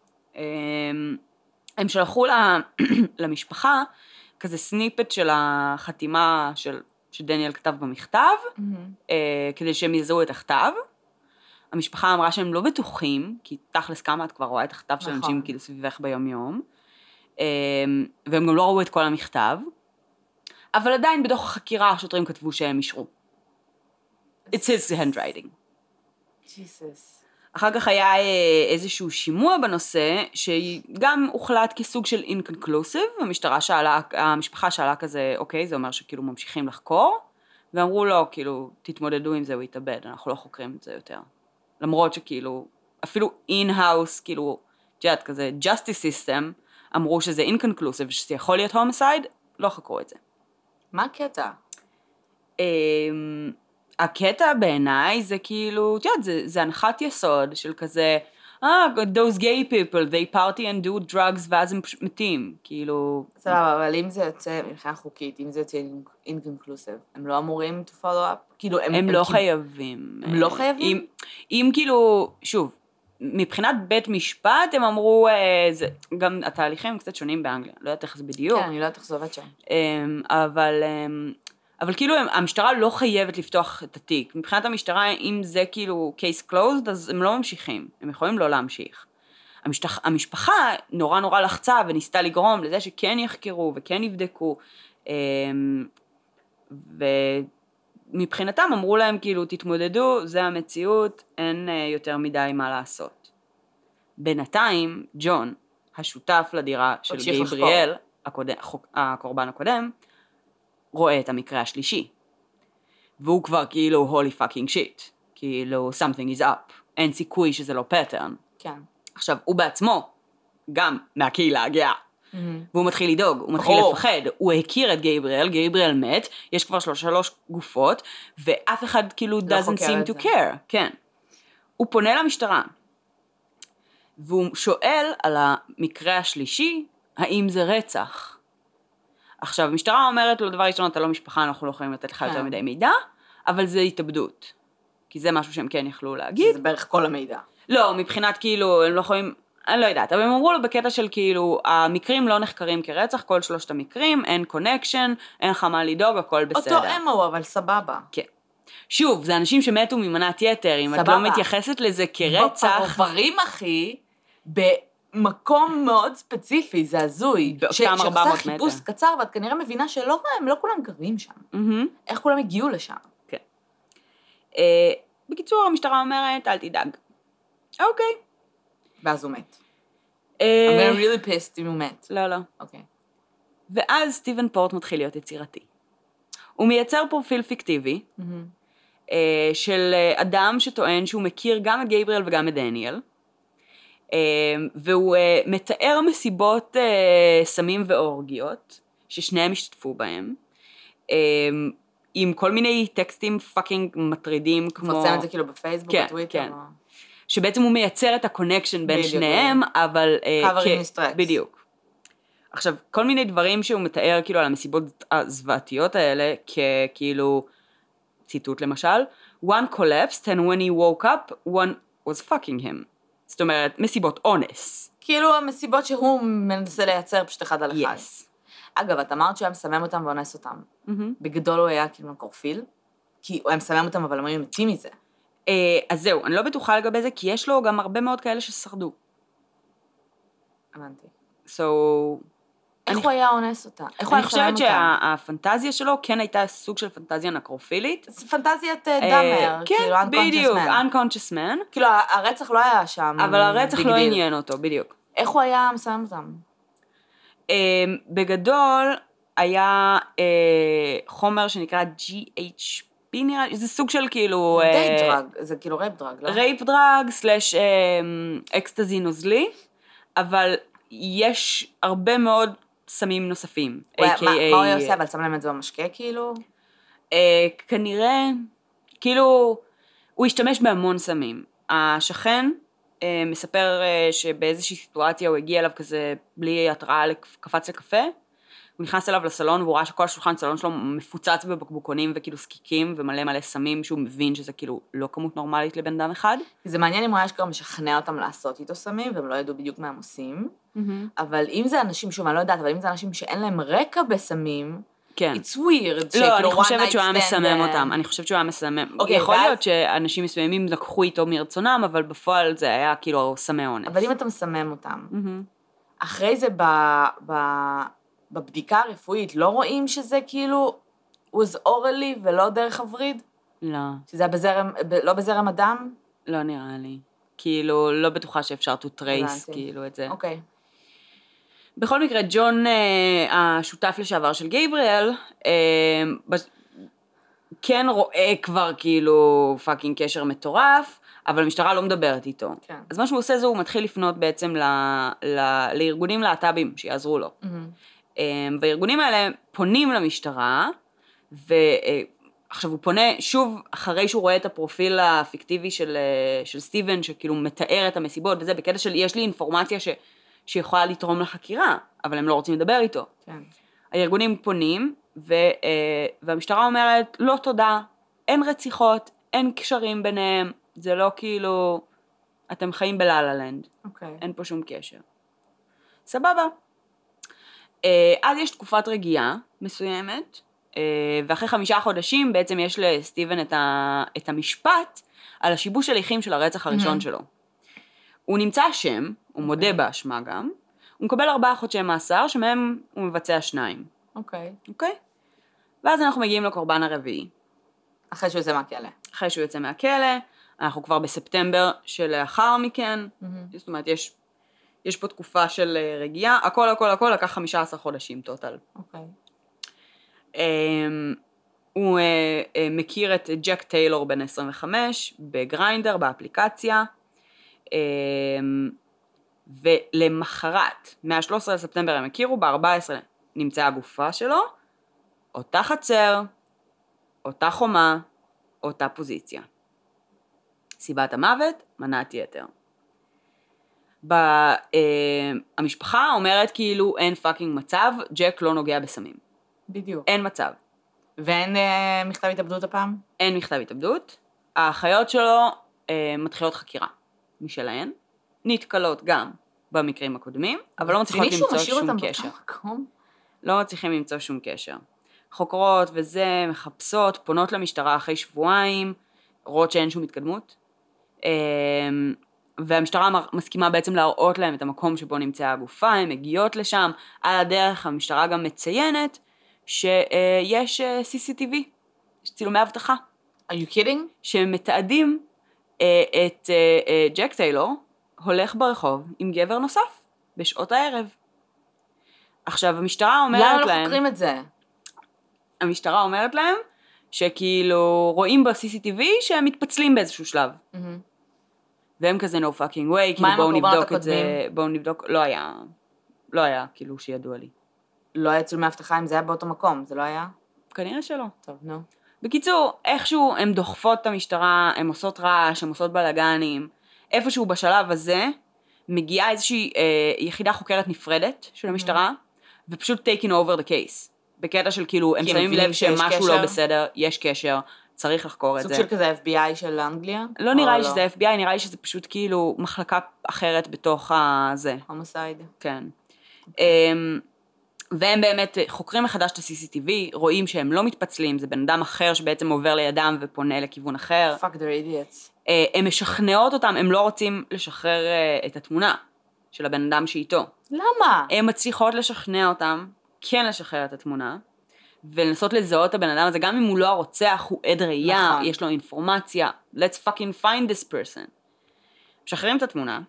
הם שלחו למשפחה כזה סניפט של החתימה שדניאל כתב במכתב, כדי שהם יזהו את הכתב. המשפחה אמרה שהם לא בטוחים, כי תכלס כמה את כבר רואה את הכתב של אנשים כאילו סביבך ביום יום, והם גם לא ראו את כל המכתב, אבל עדיין בתוך החקירה השוטרים כתבו שהם אישרו. It's his handwriting. Jesus. אחר כך היה איזשהו שימוע בנושא, שגם הוחלט כסוג של inconclusive, המשפחה שאלה כזה, אוקיי, זה אומר שכאילו ממשיכים לחקור, ואמרו לו, כאילו, תתמודדו עם זה, הוא יתאבד, אנחנו לא חוקרים את זה יותר. למרות שכאילו, אפילו in-house, כאילו, ג'ת כזה, justice system, אמרו שזה inconclusive, שזה יכול להיות homicide, לא חקרו את זה. מה הקטע? הקטע בעיניי זה כאילו, זה הנחת יסוד של כזה, those gay people, they party and do drugs, ואז הם פשוט מתים, כאילו... סבבה, אבל אם זה יוצא, מבחינה חוקית, אם זה יוצא inconclusive, הם לא אמורים to follow up? כאילו, הם לא חייבים. הם לא חייבים? אם כאילו, שוב, מבחינת בית משפט, הם אמרו, גם התהליכים קצת שונים באנגליה, לא יודעת איך זה בדיוק. כן, אני לא יודעת איך זה עובד שם. אבל כאילו המשטרה לא חייבת לפתוח את התיק. מבחינת המשטרה, אם זה כאילו case closed, אז הם לא ממשיכים. הם יכולים לא להמשיך. המשפחה נורא לחצה וניסתה לגרום לזה שכן יחקרו וכן יבדקו. ומבחינתם אמרו להם כאילו תתמודדו, זה המציאות, אין יותר מדי מה לעשות. בינתיים, ג'ון, השותף לדירה של גייבריאל, הקורבן הקודם, רואה את המקרה השלישי. והוא כבר כאילו holy fucking shit. כאילו something is up. אין סיכוי שזה לא pattern. כן. עכשיו, הוא בעצמו גם מהקהילה הגאה. והוא מתחיל לדאוג, הוא מתחיל לפחד. הוא הכיר את גייבריאל מת, יש כבר 3 גופות, ואף אחד כאילו doesn't seem to care. כן. הוא פונה למשטרה. והוא שואל על המקרה השלישי, האם זה רצח? עכשיו, המשטרה אומרת לו, דבר ראשון, אתה לא משפחה, אנחנו לא יכולים לתת לך יותר מדי מידע, אבל זה התאבדות. כי זה משהו שהם כן יכלו להגיד. זה בערך כל המידע. לא, מבחינת כאילו, הם לא יכולים, אני לא יודעת, אבל הם אמרו לו בקטע של כאילו, המקרים לא נחקרים כרצח, כל 3 המקרים, אין קונקשן, אין לך מה לדאוג, הכל בסדר. אותו אמו, אבל סבבה. כן. שוב, זה אנשים שמתו ממנת יתר, אם את לא מתייחסת לזה כרצח. בפרברים, אחי, מקום מאוד ספציפי, זה הזוי. באותם 400 מטר. שעושה חיפוש קצר, ואת כנראה מבינה שלא הם לא כולם גרים שם. איך כולם הגיעו לשם? כן. בקיצור, המשטרה אומרת, אל תדאג. אוקיי. ואז הוא מת. I'm gonna really pissed אם הוא מת. לא. אוקיי. ואז סטיבן פורט מתחיל להיות יצירתי. הוא מייצר פרופיל פיקטיבי, של אדם שטוען שהוא מכיר גם את גייבריאל וגם את דניאל, והוא מתאר מסיבות סמים ואורגיות, ששניהם השתתפו בהם, עם כל מיני טקסטים פאקינג מטרידים, כמו... מפרסם את זה כאילו בפייסבוק, כן, בטוויטר. כן. שבעצם הוא מייצר את הקונקשן בין שניהם, אבל... קאברים מסטרקס. בדיוק. עכשיו, כל מיני דברים שהוא מתאר כאילו על המסיבות הזוועתיות האלה, כאילו, ציטוט למשל, one collapsed and when he woke up, one was fucking him. זאת אומרת, מסיבות אונס. כאילו המסיבות שהוא מנסה לייצר פשוט אחד על אחד. Yes. אגב, את אמרת שהוא היה מסמם אותם ואונס אותם. בגדול הוא היה כאילו נקרופיל, כי הוא היה מסמם אותם אבל הם היו מתים מזה. אז זהו, אני לא בטוחה לגבי זה, כי יש לו גם הרבה מאוד כאלה ששרדו. הבנתי. So... איך הוא היה אונס אותה? אני חושבת שהפנטזיה שלו כן הייתה סוג של פנטזיה נקרופילית. זה פנטזיית דאמר, כאילו unconscious man. כן, בדיוק, unconscious man. כאילו הרצח לא היה שם. אבל הרצח לא עניין אותו, בדיוק. איך הוא היה מסיים אותם? בגדול היה חומר שנקרא GHB נראה, זה סוג של כאילו... זה די דרג, זה כאילו רייפ דרג, לא? רייפ דרג סלש אקסטזי נוזלי, אבל יש הרבה מאוד סמים נוספים. מה הוא היה עושה? אבל שם להם את זה במשקה כאילו? כנראה, כאילו, הוא השתמש בהמון סמים. השכן מספר שבאיזושהי סיטואציה הוא הגיע אליו כזה בלי התראה, קפץ לקפה, הוא נכנס אליו לסלון והוא ראה שכל השולחן סלון שלו מפוצץ בבקבוקונים וכאילו סקיקים ומלא מלא סמים, שהוא מבין שזה כאילו לא כמות נורמלית לבן אדם אחד. זה מעניין אם הוא היה שכבר משכנע אותם לעשות איתו סמים והם לא ידעו בדיוק מה הם עושים, אבל אם זה אנשים, שוב אני לא יודעת, אבל אם זה אנשים שאין להם רקע בסמים, כן. It's weird. לא, אני חושבת שהוא היה מסמם אותם, אני חושבת שהוא היה מסמם. יכול להיות שאנשים מסוימים לקחו איתו מרצונם, אבל בפועל זה היה כאילו סמי אונס. אבל אם אתה מסמם אותם, אחרי זה בבדיקה הרפואית, לא רואים שזה כאילו was orally ולא דרך הווריד? לא. שזה לא בזרם הדם? לא נראה לי. כאילו, לא בטוחה שאפשר to trace כאילו את זה. אוקיי. בכל מקרה, ג'ון, השותף לשעבר של גייבריאל, כן רואה כבר כאילו פאקינג קשר מטורף, אבל המשטרה לא מדברת איתו. כן. אז מה שהוא עושה זה, הוא מתחיל לפנות בעצם לארגונים להט"בים שיעזרו לו. והארגונים האלה פונים למשטרה, ועכשיו הוא פונה שוב אחרי שהוא רואה את הפרופיל הפיקטיבי של סטיבן, שכאילו מתאר את המסיבות וזה, בקטע של יש לי אינפורמציה שיכולה לתרום לחקירה, אבל הם לא רוצים לדבר איתו. כן. הארגונים פונים, והמשטרה אומרת, לא תודה, אין רציחות, אין קשרים ביניהם, זה לא כאילו, אתם חיים בללה-לנד. אוקיי. אין פה שום קשר. סבבה. אז יש תקופת רגיעה מסוימת, ואחרי 5 חודשים בעצם יש לסטיבן את המשפט על השיבוש הליכים של הרצח הראשון שלו. הוא נמצא אשם, הוא מודה באשמה גם, הוא מקבל 4 חודשי מאסר, שמהם הוא מבצע 2. אוקיי. אוקיי? ואז אנחנו מגיעים לקורבן הרביעי. אחרי שהוא יוצא מהכלא. אחרי שהוא יוצא מהכלא, אנחנו כבר בספטמבר שלאחר מכן, זאת אומרת, יש פה תקופה של רגיעה, הכל לקח 15 חודשים טוטל. אוקיי. הוא מכיר את ג'ק טיילור בן 25, בגריינדר, באפליקציה, ולמחרת, מה-13 לספטמבר הם הכירו, ב-14 נמצאה הגופה שלו, אותה חצר, אותה חומה, אותה פוזיציה. סיבת המוות, מנת יתר. המשפחה אומרת כאילו אין פאקינג מצב, ג'ק לא נוגע בסמים. בדיוק. אין מצב. ואין מכתב התאבדות הפעם? אין מכתב התאבדות. האחיות שלו מתחילות חקירה משלהן, נתקלות גם במקרים הקודמים, אבל לא מצליחות למצוא שום קשר. לא מצליחים למצוא שום קשר. חוקרות וזה, מחפשות, פונות למשטרה אחרי שבועיים, רואות שאין שום התקדמות, והמשטרה מסכימה בעצם להראות להם את המקום שבו נמצאה הגופה, הן מגיעות לשם, על הדרך המשטרה גם מציינת שיש CCTV, יש צילומי אבטחה. Are you kidding? שמתעדים את ג'ק טיילור, הולך ברחוב עם גבר נוסף, בשעות הערב. עכשיו המשטרה אומרת להם... למה לא חוקרים את זה? המשטרה אומרת להם, שכאילו רואים ב-CCTV שהם מתפצלים באיזשהו שלב. והם כזה no fucking way, כאילו בואו נבדוק את זה, בואו נבדוק, לא היה כאילו שידוע לי. לא היה צילומי הבטחה אם זה היה באותו מקום, זה לא היה? כנראה שלא. טוב, נו. בקיצור, איכשהו הן דוחפות את המשטרה, הן עושות רעש, הן עושות בלגנים, איפשהו בשלב הזה, מגיעה איזושהי יחידה חוקרת נפרדת של המשטרה, ופשוט taking over the case. בקטע של כאילו, הם שמים לב שמשהו לא בסדר, יש קשר, צריך לחקור את זה. סוג של כזה FBI של אנגליה? לא נראה לי שזה FBI, נראה לי שזה פשוט כאילו מחלקה אחרת בתוך הזה. הומוסייד. כן. והם באמת חוקרים מחדש את ה-CCTV, רואים שהם לא מתפצלים, זה בן אדם אחר שבעצם עובר לידם ופונה לכיוון אחר. Fuck the idiots. הם משכנעות אותם, הם לא רוצים לשחרר את התמונה של הבן אדם שאיתו. למה? הם מצליחות לשכנע אותם, כן לשחרר את התמונה, ולנסות לזהות את הבן אדם הזה, גם אם הוא לא הרוצח, הוא עד ראייה, נכון. יש לו אינפורמציה, let's fucking find this person. משחררים את התמונה,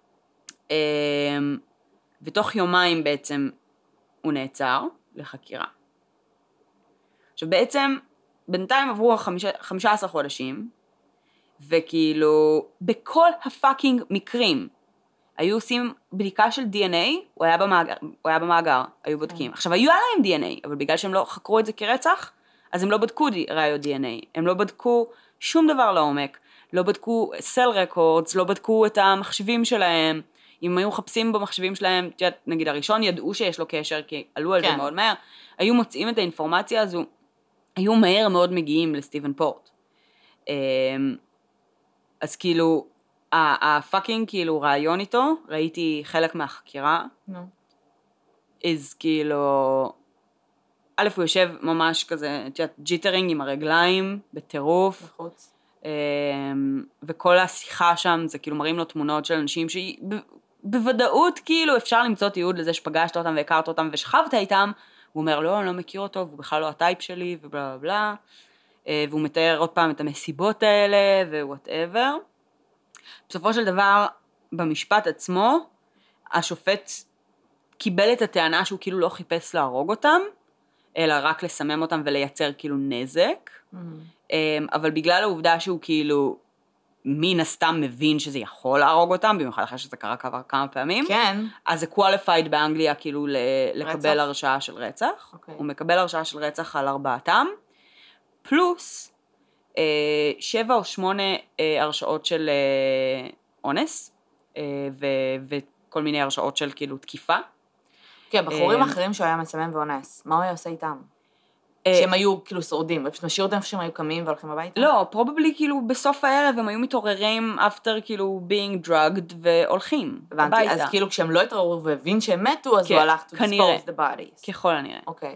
ותוך יומיים בעצם הוא נעצר לחקירה. עכשיו בעצם, בינתיים עברו 15 חודשים, וכאילו, בכל הפאקינג מקרים, היו עושים בדיקה של DNA, הוא היה במאגר, היו בודקים. עכשיו, היו להם DNA, אבל בגלל שהם לא חקרו את זה כרצח, אז הם לא בדקו ראיות DNA, הם לא בדקו שום דבר לעומק, לא בדקו סל רקורדס, לא בדקו את המחשבים שלהם, אם היו מחפשים במחשבים שלהם, נגיד הראשון ידעו שיש לו קשר, כי עלו על זה מאוד מהר, היו מוצאים את האינפורמציה הזו, היו מהר מאוד מגיעים לסטיבן פורט. אז כאילו, הפאקינג כאילו רעיון איתו, ראיתי חלק מהחקירה, אז כאילו, א' הוא יושב ממש כזה, ג'יטרינג עם הרגליים, בטירוף, בחוץ. וכל השיחה שם זה כאילו מראים לו תמונות של אנשים שבוודאות כאילו אפשר למצוא תיעוד לזה שפגשת אותם והכרת אותם ושכבת איתם, הוא אומר לא, אני לא מכיר אותו, והוא בכלל לא הטייפ שלי ובלה בלה, והוא מתאר עוד פעם את המסיבות האלה ווואטאבר. בסופו של דבר, במשפט עצמו, השופט קיבל את הטענה שהוא כאילו לא חיפש להרוג אותם, אלא רק לסמם אותם ולייצר כאילו נזק, אבל בגלל העובדה שהוא כאילו מן הסתם מבין שזה יכול להרוג אותם, במיוחד אחרי שזה קרה כמה פעמים, כן. אז זה qualified באנגליה כאילו לקבל הרשעה של רצח, הוא מקבל הרשעה של רצח על 4, פלוס 7 או 8 הרשעות של אונס, וכל מיני הרשעות של כאילו תקיפה. כן, בחורים אחרים שהוא היה מסמם ואונס, מה הוא היה עושה איתם? שהם היו כאילו שורדים, ופשוט משאיר אותם שהם היו קמים והולכים הביתה? לא, probably כאילו בסוף הערב הם היו מתעוררים after כאילו being drugged והולכים הביתה. אז כאילו כשהם לא התעוררו והבין שהם מתו, אז הוא הלך to dispose the bodies. ככל הנראה. אוקיי.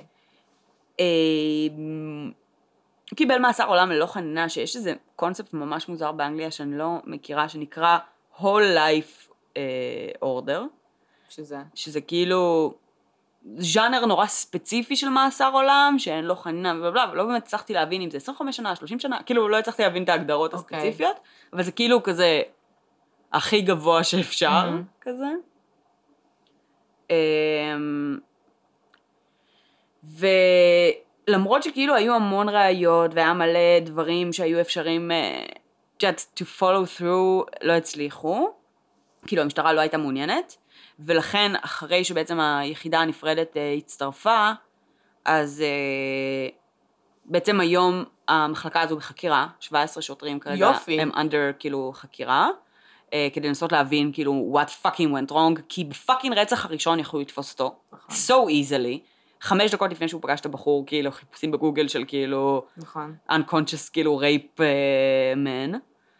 הוא קיבל מאסר עולם ללא חנינה, שיש איזה קונספט ממש מוזר באנגליה שאני לא מכירה, שנקרא whole life order. שזה כאילו ז'אנר נורא ספציפי של מאסר עולם, שאין לו חנינה ובלה, ולא באמת הצלחתי להבין אם זה 25 שנה, 30 שנה, כאילו לא הצלחתי להבין את ההגדרות הספציפיות, אבל זה כאילו כזה הכי גבוה שאפשר, כזה. ולמרות שכאילו היו המון ראיות, והיה מלא דברים שהיו אפשרים just to follow through, לא הצליחו, כאילו המשטרה לא הייתה מעוניינת, ולכן אחרי שבעצם היחידה הנפרדת הצטרפה, אז בעצם היום המחלקה הזו בחקירה, 17 שוטרים כרגע, הם under כאילו חקירה, כדי לנסות להבין כאילו what fucking went wrong, כי בפאקינג רצח הראשון יכלו לתפוס אותו, so easily, 5 דקות לפני שהוא פגש את הבחור, כאילו חיפושים בגוגל של כאילו, unconscious כאילו rape man,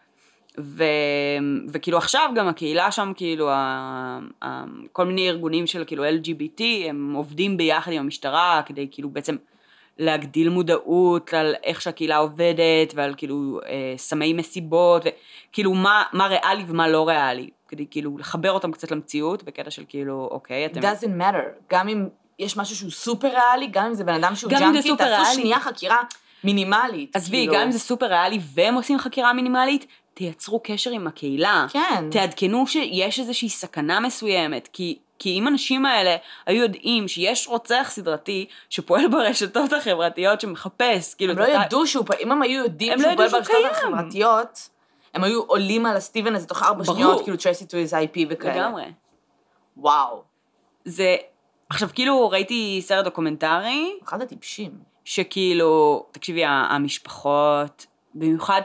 וכאילו עכשיו גם הקהילה שם, כאילו, כל מיני ארגונים של כאילו LGBT, הם עובדים ביחד עם המשטרה, כדי כאילו בעצם להגדיל מודעות על איך שהקהילה עובדת, ועל כאילו סמי מסיבות, וכאילו מה ריאלי ומה לא ריאלי, כדי כאילו לחבר אותם קצת למציאות, בקטע של כאילו, אוקיי, אתם... It doesn't matter, גם אם יש משהו שהוא סופר ריאלי, גם אם זה בן אדם שהוא ג'אנקי, תעשו שנייה חקירה מינימלית. אז גם אם זה סופר ריאלי והם עושים חקירה מינימלית, תייצרו קשר עם הקהילה. כן. תעדכנו שיש איזושהי סכנה מסוימת, כי כי אם האנשים האלה היו יודעים שיש רוצח סדרתי שפועל ברשתות החברתיות שמחפש, כאילו... הם לא ידעו שהוא, אם הם היו יודעים שהוא פועל ברשתות החברתיות, הם היו עולים על הסטיבן הזה תוך 4 שניות, כאילו traced to his IP וכאלה. לגמרי. וואו. זה, עכשיו כאילו ראיתי סרט דוקומנטרי. אחד הטיפשים. שכאילו, תקשיבי, המשפחות, במיוחד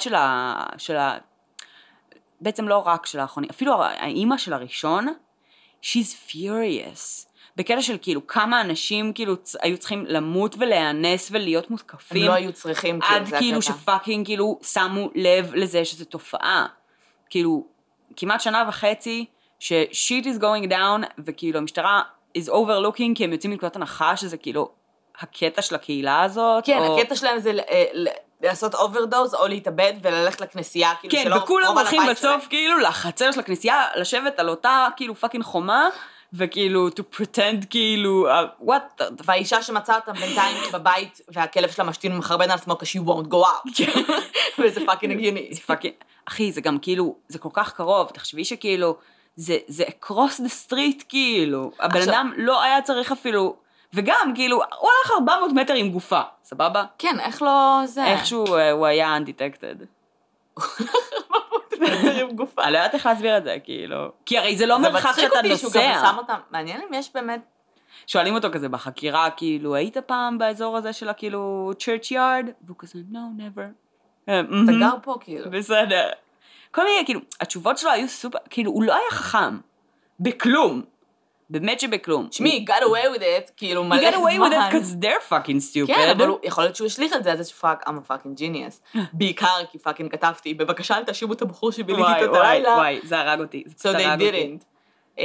בעצם לא רק של האחרונים, אפילו האימא של הראשון, she's furious. בקטע של כאילו כמה אנשים כאילו היו צריכים למות ולהיאנס ולהיות מותקפים. הם לא היו צריכים. עד כאילו שפאקינג כאילו שמו לב לזה שזו תופעה. כאילו, כמעט 1.5 שנה ש-shit is going down, וכאילו המשטרה is overlooking, כי הם יוצאים מנקודת הנחה שזה כאילו הקטע של הקהילה הזאת. כן, הקטע שלהם זה לעשות אוברדוז או להתאבד וללכת לכנסייה. כן, וכולם הולכים בסוף כאילו לחצר של הכנסייה, לשבת על אותה כאילו פאקינג חומה, וכאילו to pretend כאילו, what? והאישה שמצאה אותם בינתיים בבית, והכלב שלה משתין ומחרבן על עצמו, כי she won't go out. וזה פאקינג הגיוני. אחי, זה גם כאילו, זה כל כך קרוב, תחשבי שכאילו, זה across the street כאילו, הבן אדם לא היה צריך אפילו, וגם כאילו, הוא הלך 400 מטר עם גופה, סבבה? כן, איך לא זה? איכשהו הוא היה undetected. הוא הלך 400 מטר עם גופה. אני לא יודעת איך להסביר את זה, כאילו. כי הרי זה לא מרחק שאתה נוסע. זה מצחיק אותי שהוא גם שם אותם, מעניין אם יש באמת... שואלים אותו כזה בחקירה, כאילו, היית פעם באזור הזה של כאילו churchyard? והוא כזה, no, never. אתה גר פה כאילו. בסדר. כל מיני, כאילו, התשובות שלו היו סופר, כאילו, הוא לא היה חכם. בכלום. באמת שבכלום. שמי, got away with it, כאילו מלא זמן. He got away with it because they're fucking stupid. כן, אבל יכול להיות שהוא השליך את זה, אז פאק, I'm a fucking genius. בעיקר כי פאקינג כתבתי, בבקשה אל תאשימו את הבחור שביליתי את הלילה. וואי, זה הרג אותי. So they didn't.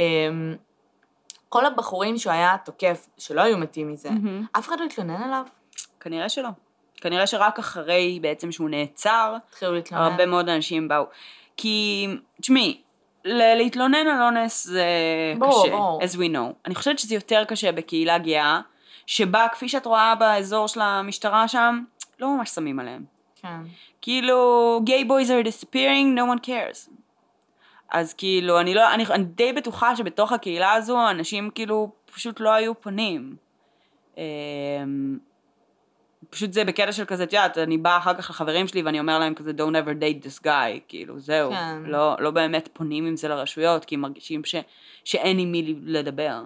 כל הבחורים שהוא היה תוקף, שלא היו מתים מזה, אף אחד לא התלונן עליו? כנראה שלא. כנראה שרק אחרי בעצם שהוא נעצר, הרבה מאוד אנשים באו. כי, תשמעי, להתלונן על אונס זה קשה, as we know. אני חושבת שזה יותר קשה בקהילה גאה, שבה, כפי שאת רואה באזור של המשטרה שם, לא ממש שמים עליהם. כן. כאילו, gay boys are disappearing, no one cares. אז כאילו, אני די בטוחה שבתוך הקהילה הזו, אנשים כאילו פשוט לא היו פונים. פשוט זה בקטע של כזה, תיאת, אני באה אחר כך לחברים שלי ואני אומר להם כזה, don't ever date this guy, כאילו, זהו. כן. לא באמת פונים עם זה לרשויות, כי הם מרגישים שאין עם מי לדבר.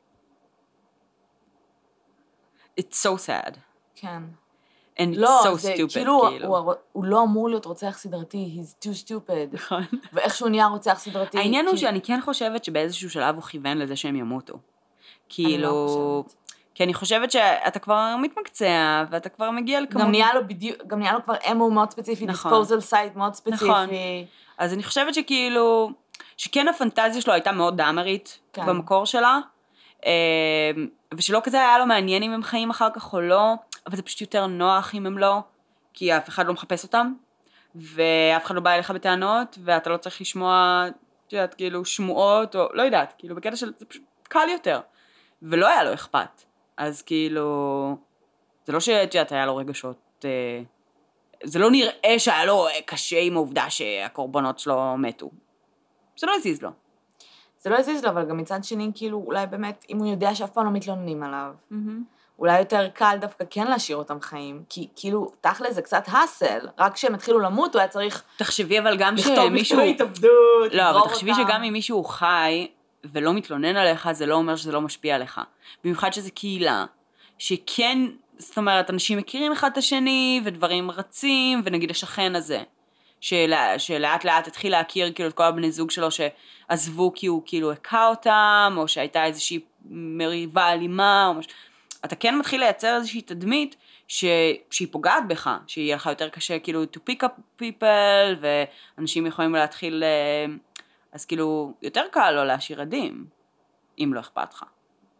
It's so sad. כן. And it's so stupid, כאילו. הוא לא אמור להיות רוצח סדרתי, he's too stupid. נכון. ואיכשהו נהיה רוצח סדרתי. העניין הוא שאני כן חושבת שבאיזשהו שלב הוא כיוון לזה שהם ימותו. כאילו... אני לא חושבת. כי אני חושבת שאתה כבר מתמקצע, ואתה כבר מגיע לכמות... גם נהיה לו כבר אמו מאוד ספציפי, נכון. disposal site מאוד ספציפי. נכון. אז אני חושבת שכאילו, שכן הפנטזיה שלו הייתה מאוד דאמרית כן. במקור שלה, ושלא כזה היה לו מעניין אם הם חיים אחר כך או לא, אבל זה פשוט יותר נוח אם הם לא, כי אף אחד לא מחפש אותם, ואף אחד לא בא אליך בטענות, ואתה לא צריך לשמוע, יודעת, כאילו, שמועות, או לא יודעת, כאילו, בקטע של זה פשוט קל יותר, ולא היה לו אכפת. אז כאילו, זה לא שאת היה לו רגשות, זה לא נראה שהיה לו קשה עם העובדה שהקורבנות שלו מתו. זה לא הזיז לו. זה לא הזיז לו, אבל גם מצד שני, כאילו, אולי באמת, אם הוא יודע שאף פעם לא מתלוננים עליו, אולי יותר קל דווקא כן להשאיר אותם חיים, כי כאילו, תכל'ס זה קצת הסל, רק כשהם התחילו למות, הוא היה צריך... תחשבי, אבל גם שמישהו... התאבדות, לא, אבל תחשבי שגם אם מישהו חי, ולא מתלונן עליך, זה לא אומר שזה לא משפיע עליך. במיוחד שזה קהילה, שכן, זאת אומרת, אנשים מכירים אחד את השני, ודברים רצים, ונגיד השכן הזה, שלאט לאט התחיל להכיר כאילו את כל הבני זוג שלו שעזבו כי הוא כאילו הקע אותם, או שהייתה איזושהי מריבה אלימה, או משהו. אתה כן מתחיל לייצר איזושהי תדמית שהיא פוגעת בך, שיהיה לך יותר קשה כאילו to pick up people, ואנשים יכולים להתחיל... אז כאילו, יותר קל לא להשאיר עדים, אם לא אכפת לך.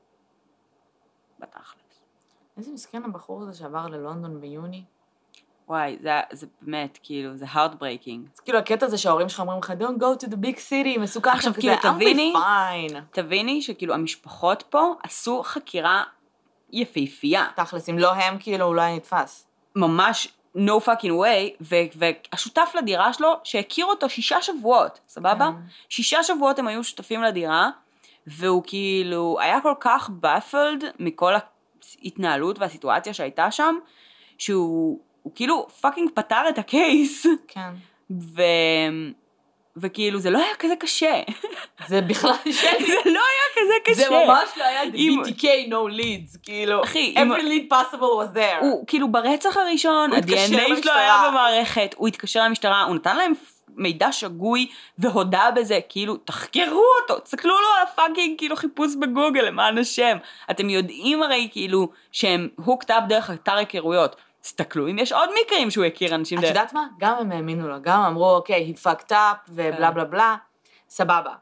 בתכלס. איזה מסכן הבחור הזה שעבר ללונדון ביוני? וואי, זה באמת, כאילו, זה heartbreaking. זה כאילו הקטע הזה שההורים שלך אומרים לך, don't go to the big city, מסוכן עכשיו כזה, תביני שכאילו המשפחות פה עשו חקירה יפהפייה. תכלס, אם לא הם, כאילו, אולי נתפס. ממש... no fucking way, והשותף לדירה שלו, שהכיר אותו 6 שבועות, סבבה? 6 שבועות הם היו שותפים לדירה, והוא כאילו היה כל כך baffled מכל ההתנהלות והסיטואציה שהייתה שם, שהוא כאילו פאקינג פתר את הקייס. כן. וכאילו זה לא היה כזה קשה. זה בכלל שלי. זה לא היה כזה קשה. זה ממש לא היה BTK no leads, כאילו, אחי, every lead possible was there. הוא כאילו ברצח הראשון, ה-DNA שלו היה במערכת, הוא התקשר למשטרה, הוא נתן להם מידע שגוי והודע בזה, כאילו, תחקרו אותו, תסתכלו לו על הפאקינג כאילו חיפוש בגוגל, למען השם. אתם יודעים הרי כאילו שהם hooked up דרך אתר היכרויות. תסתכלו אם יש עוד מקרים שהוא הכיר אנשים. את יודעת מה? גם הם האמינו לו, גם אמרו, אוקיי, he fucked up ובלה בלה בלה, סבבה,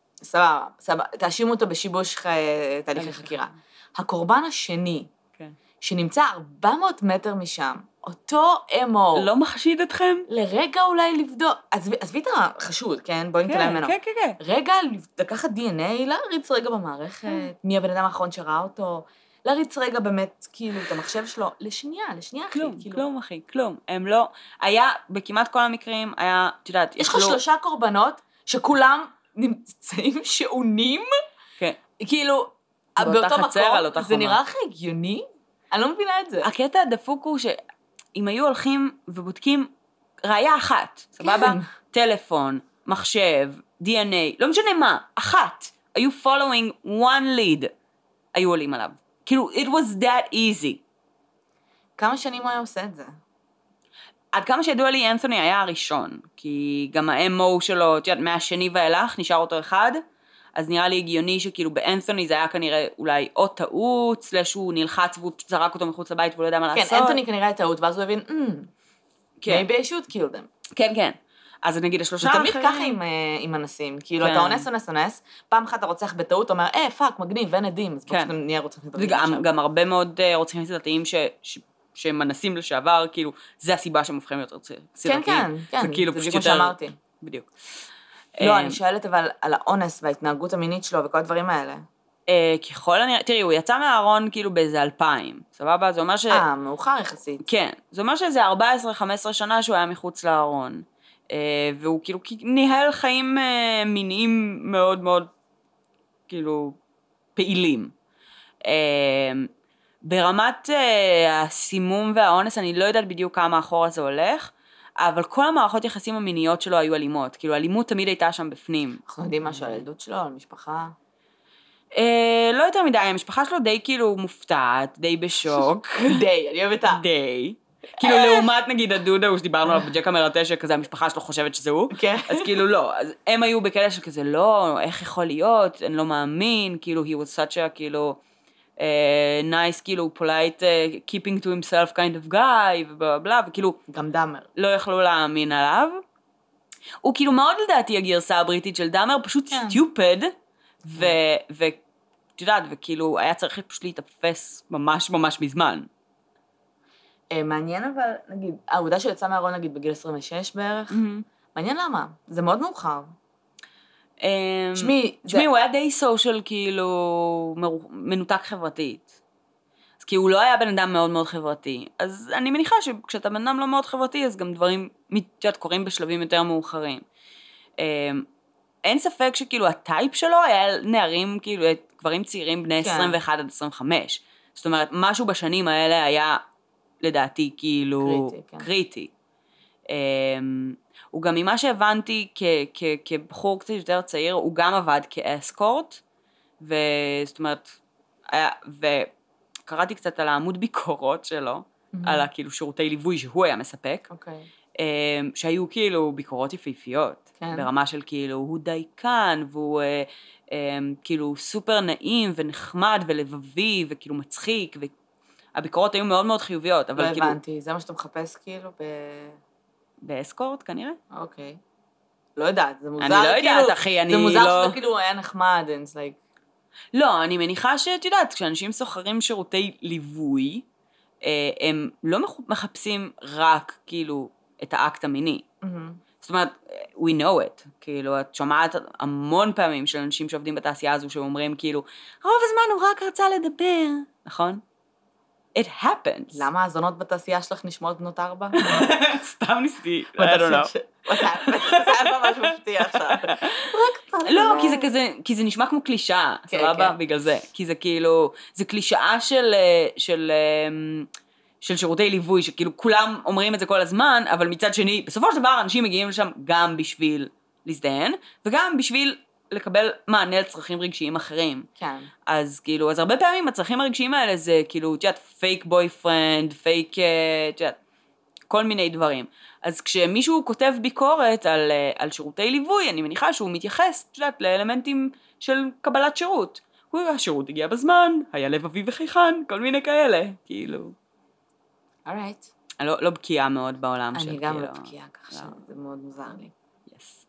תאשימו אותו בשיבוש תהליכי חקירה. הקורבן השני, שנמצא 400 מטר משם, אותו אמו. לא מחשיד אתכם? לרגע אולי לבדוק, עזבי את החשוד, כן? בואי נתעלם ממנו. כן, כן, כן. רגע לקחת DNA, להריץ רגע במערכת, מי הבן אדם האחרון שראה אותו, להריץ רגע באמת, כאילו, את המחשב שלו, לשנייה, כלום, אחי, כלום. הם לא, היה, בכמעט כל המקרים, היה, את יודעת, יש לך 3 קורבנות, שכולם נמצאים שעונים, כן. כאילו, באותו מקום, זה נראה לך הגיוני? אני לא מבינה את זה. הקטע הדפוק הוא שאם היו הולכים ובודקים ראיה אחת, סבבה? טלפון, מחשב, DNA, לא משנה מה, אחת, היו following one lead, היו עולים עליו. כאילו, it was that easy. כמה שנים הוא היה עושה את זה? עד כמה שידוע לי, אנתוני היה הראשון, כי גם ה-MO שלו, את יודעת, מהשני ואילך, נשאר אותו אחד, אז נראה לי הגיוני שכאילו באנתוני זה היה כנראה אולי או טעות, סלש הוא נלחץ והוא זרק אותו מחוץ לבית והוא לא יודע מה לעשות. כן, אנתוני כנראה היה טעות, ואז הוא הבין, maybe I should kill them. כן, כן. אז נגיד השלושה אחרים. זה תמיד ככה עם אנסים, כאילו אתה אונס, פעם אחת אתה רוצח בטעות, אומר, פאק, מגניב, ואין עדים, אז פשוט נהיה רוצחים סדרתיים עכשיו. גם הרבה מאוד רוצחים סדרתיים שהם מנסים לשעבר, כאילו, זה הסיבה שהם הופכים להיות סדרתיים. כן, זה בדיוק כמו שאמרתי. בדיוק. לא, אני שואלת אבל על האונס וההתנהגות המינית שלו וכל הדברים האלה. ככל הנראה, תראי, הוא יצא מהארון כאילו באיזה 2000, סבבה? זה אומר מאוחר יחסית. כן, זה אומר שזה 14-15 שנה שהוא היה מחוץ לארון. והוא כאילו ניהל חיים מיניים מאוד מאוד כאילו פעילים. ברמת הסימום והאונס אני לא יודעת בדיוק כמה אחורה זה הולך, אבל כל המערכות יחסים המיניות שלו היו אלימות, כאילו אלימות תמיד הייתה שם בפנים. אנחנו יודעים משהו על ילדות שלו, על משפחה? לא יותר מדי, המשפחה שלו די כאילו מופתעת, די בשוק. די, אני אוהבת די. כאילו לעומת נגיד הדודה הוא שדיברנו עליו בג'ק המרטש כזה המשפחה שלו חושבת שזה הוא, אז כאילו לא, אז הם היו בכאלה שכזה לא, איך יכול להיות, אני לא מאמין, כאילו he was such a כאילו nice כאילו polite keeping to himself kind of guy ובלה וכאילו גם דאמר לא יכלו להאמין עליו, הוא כאילו מאוד לדעתי הגרסה הבריטית של דאמר, פשוט stupid ואת יודעת וכאילו היה צריך פשוט להתאפס ממש ממש מזמן. מעניין אבל, נגיד, העובדה שהוא יצא מהארון נגיד בגיל 26 בערך, מעניין למה, זה מאוד מאוחר. שמי, הוא היה די סושיאל כאילו מנותק חברתית. אז כי הוא לא היה בן אדם מאוד מאוד חברתי. אז אני מניחה שכשאתה בן אדם לא מאוד חברתי, אז גם דברים קורים בשלבים יותר מאוחרים. אין ספק שכאילו הטייפ שלו היה נערים, כאילו גברים צעירים בני 21 עד 25. זאת אומרת, משהו בשנים האלה היה לדעתי כאילו קריטי. הוא גם ממה שהבנתי כבחור קצת יותר צעיר, הוא גם עבד כאסקורט, וזאת אומרת, וקראתי קצת על העמוד ביקורות שלו, על הכאילו שירותי ליווי שהוא היה מספק, שהיו כאילו ביקורות יפהפיות, ברמה של כאילו הוא דייקן, והוא כאילו סופר נעים ונחמד ולבבי וכאילו מצחיק, הביקורות היו מאוד מאוד חיוביות, אבל כאילו... לא הבנתי, זה מה שאתה מחפש כאילו באסקורט כנראה? אוקיי. לא יודעת, זה מוזר כאילו... אני לא יודעת, אחי, אני לא... זה מוזר שאתה כאילו היה נחמד, and it's like... לא, אני מניחה שאת יודעת, כשאנשים סוחרים שירותי ליווי, הם לא מחפשים רק כאילו את האקט המיני. זאת אומרת, we know it, כאילו, את שומעת המון פעמים של אנשים שעובדים בתעשייה הזו, שאומרים כאילו, רוב הזמן הוא רק רצה לדבר, נכון? It happens. למה הזונות בתעשייה שלך נשמעות בנות 4? סתם ניסיתי, I don't know. זה היה ממש מפתיע עכשיו. רק לא, כי זה נשמע כמו קלישאה, סבבה? בגלל זה. כי זה כאילו, זה קלישאה של שירותי ליווי, שכאילו כולם אומרים את זה כל הזמן, אבל מצד שני, בסופו של דבר אנשים מגיעים לשם גם בשביל להזדהן, וגם בשביל לקבל מענה לצרכים רגשיים אחרים. כן. אז כאילו, אז הרבה פעמים הצרכים הרגשיים האלה זה כאילו, את יודעת, פייק בויפרנד, פייק, את יודעת, כל מיני דברים. אז כשמישהו כותב ביקורת על שירותי ליווי, אני מניחה שהוא מתייחס, את יודעת, לאלמנטים של קבלת שירות. השירות הגיע בזמן, היה לבבי וחייכן, כל מיני כאלה, כאילו. alright. אני לא בקיאה מאוד בעולם של כאילו. אני גם לא בקיאה ככה, זה מאוד מוזר לי. Yes.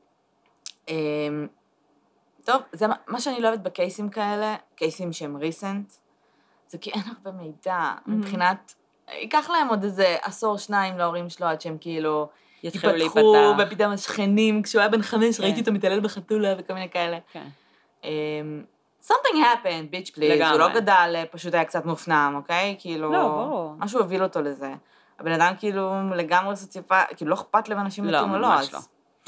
טוב, זה מה שאני לא אוהבת בקייסים כאלה, קייסים שהם ריסנט, זה כי אין הרבה מידע, מבחינת, ייקח להם עוד איזה עשור שניים להורים שלו, עד שהם כאילו יתפתחו, ופתאום השכנים, כשהוא היה בן 5, ראיתי אותו מתעלל בחתולה וכל מיני כאלה. כן. something happened, bitch please, הוא לא גדל, פשוט היה קצת מופנם, אוקיי? כאילו, לא, ברור. משהו הוביל אותו לזה. הבן אדם כאילו לגמרי סוציפה, כאילו לא אכפת לב אנשים מתים או לא, ממש לא.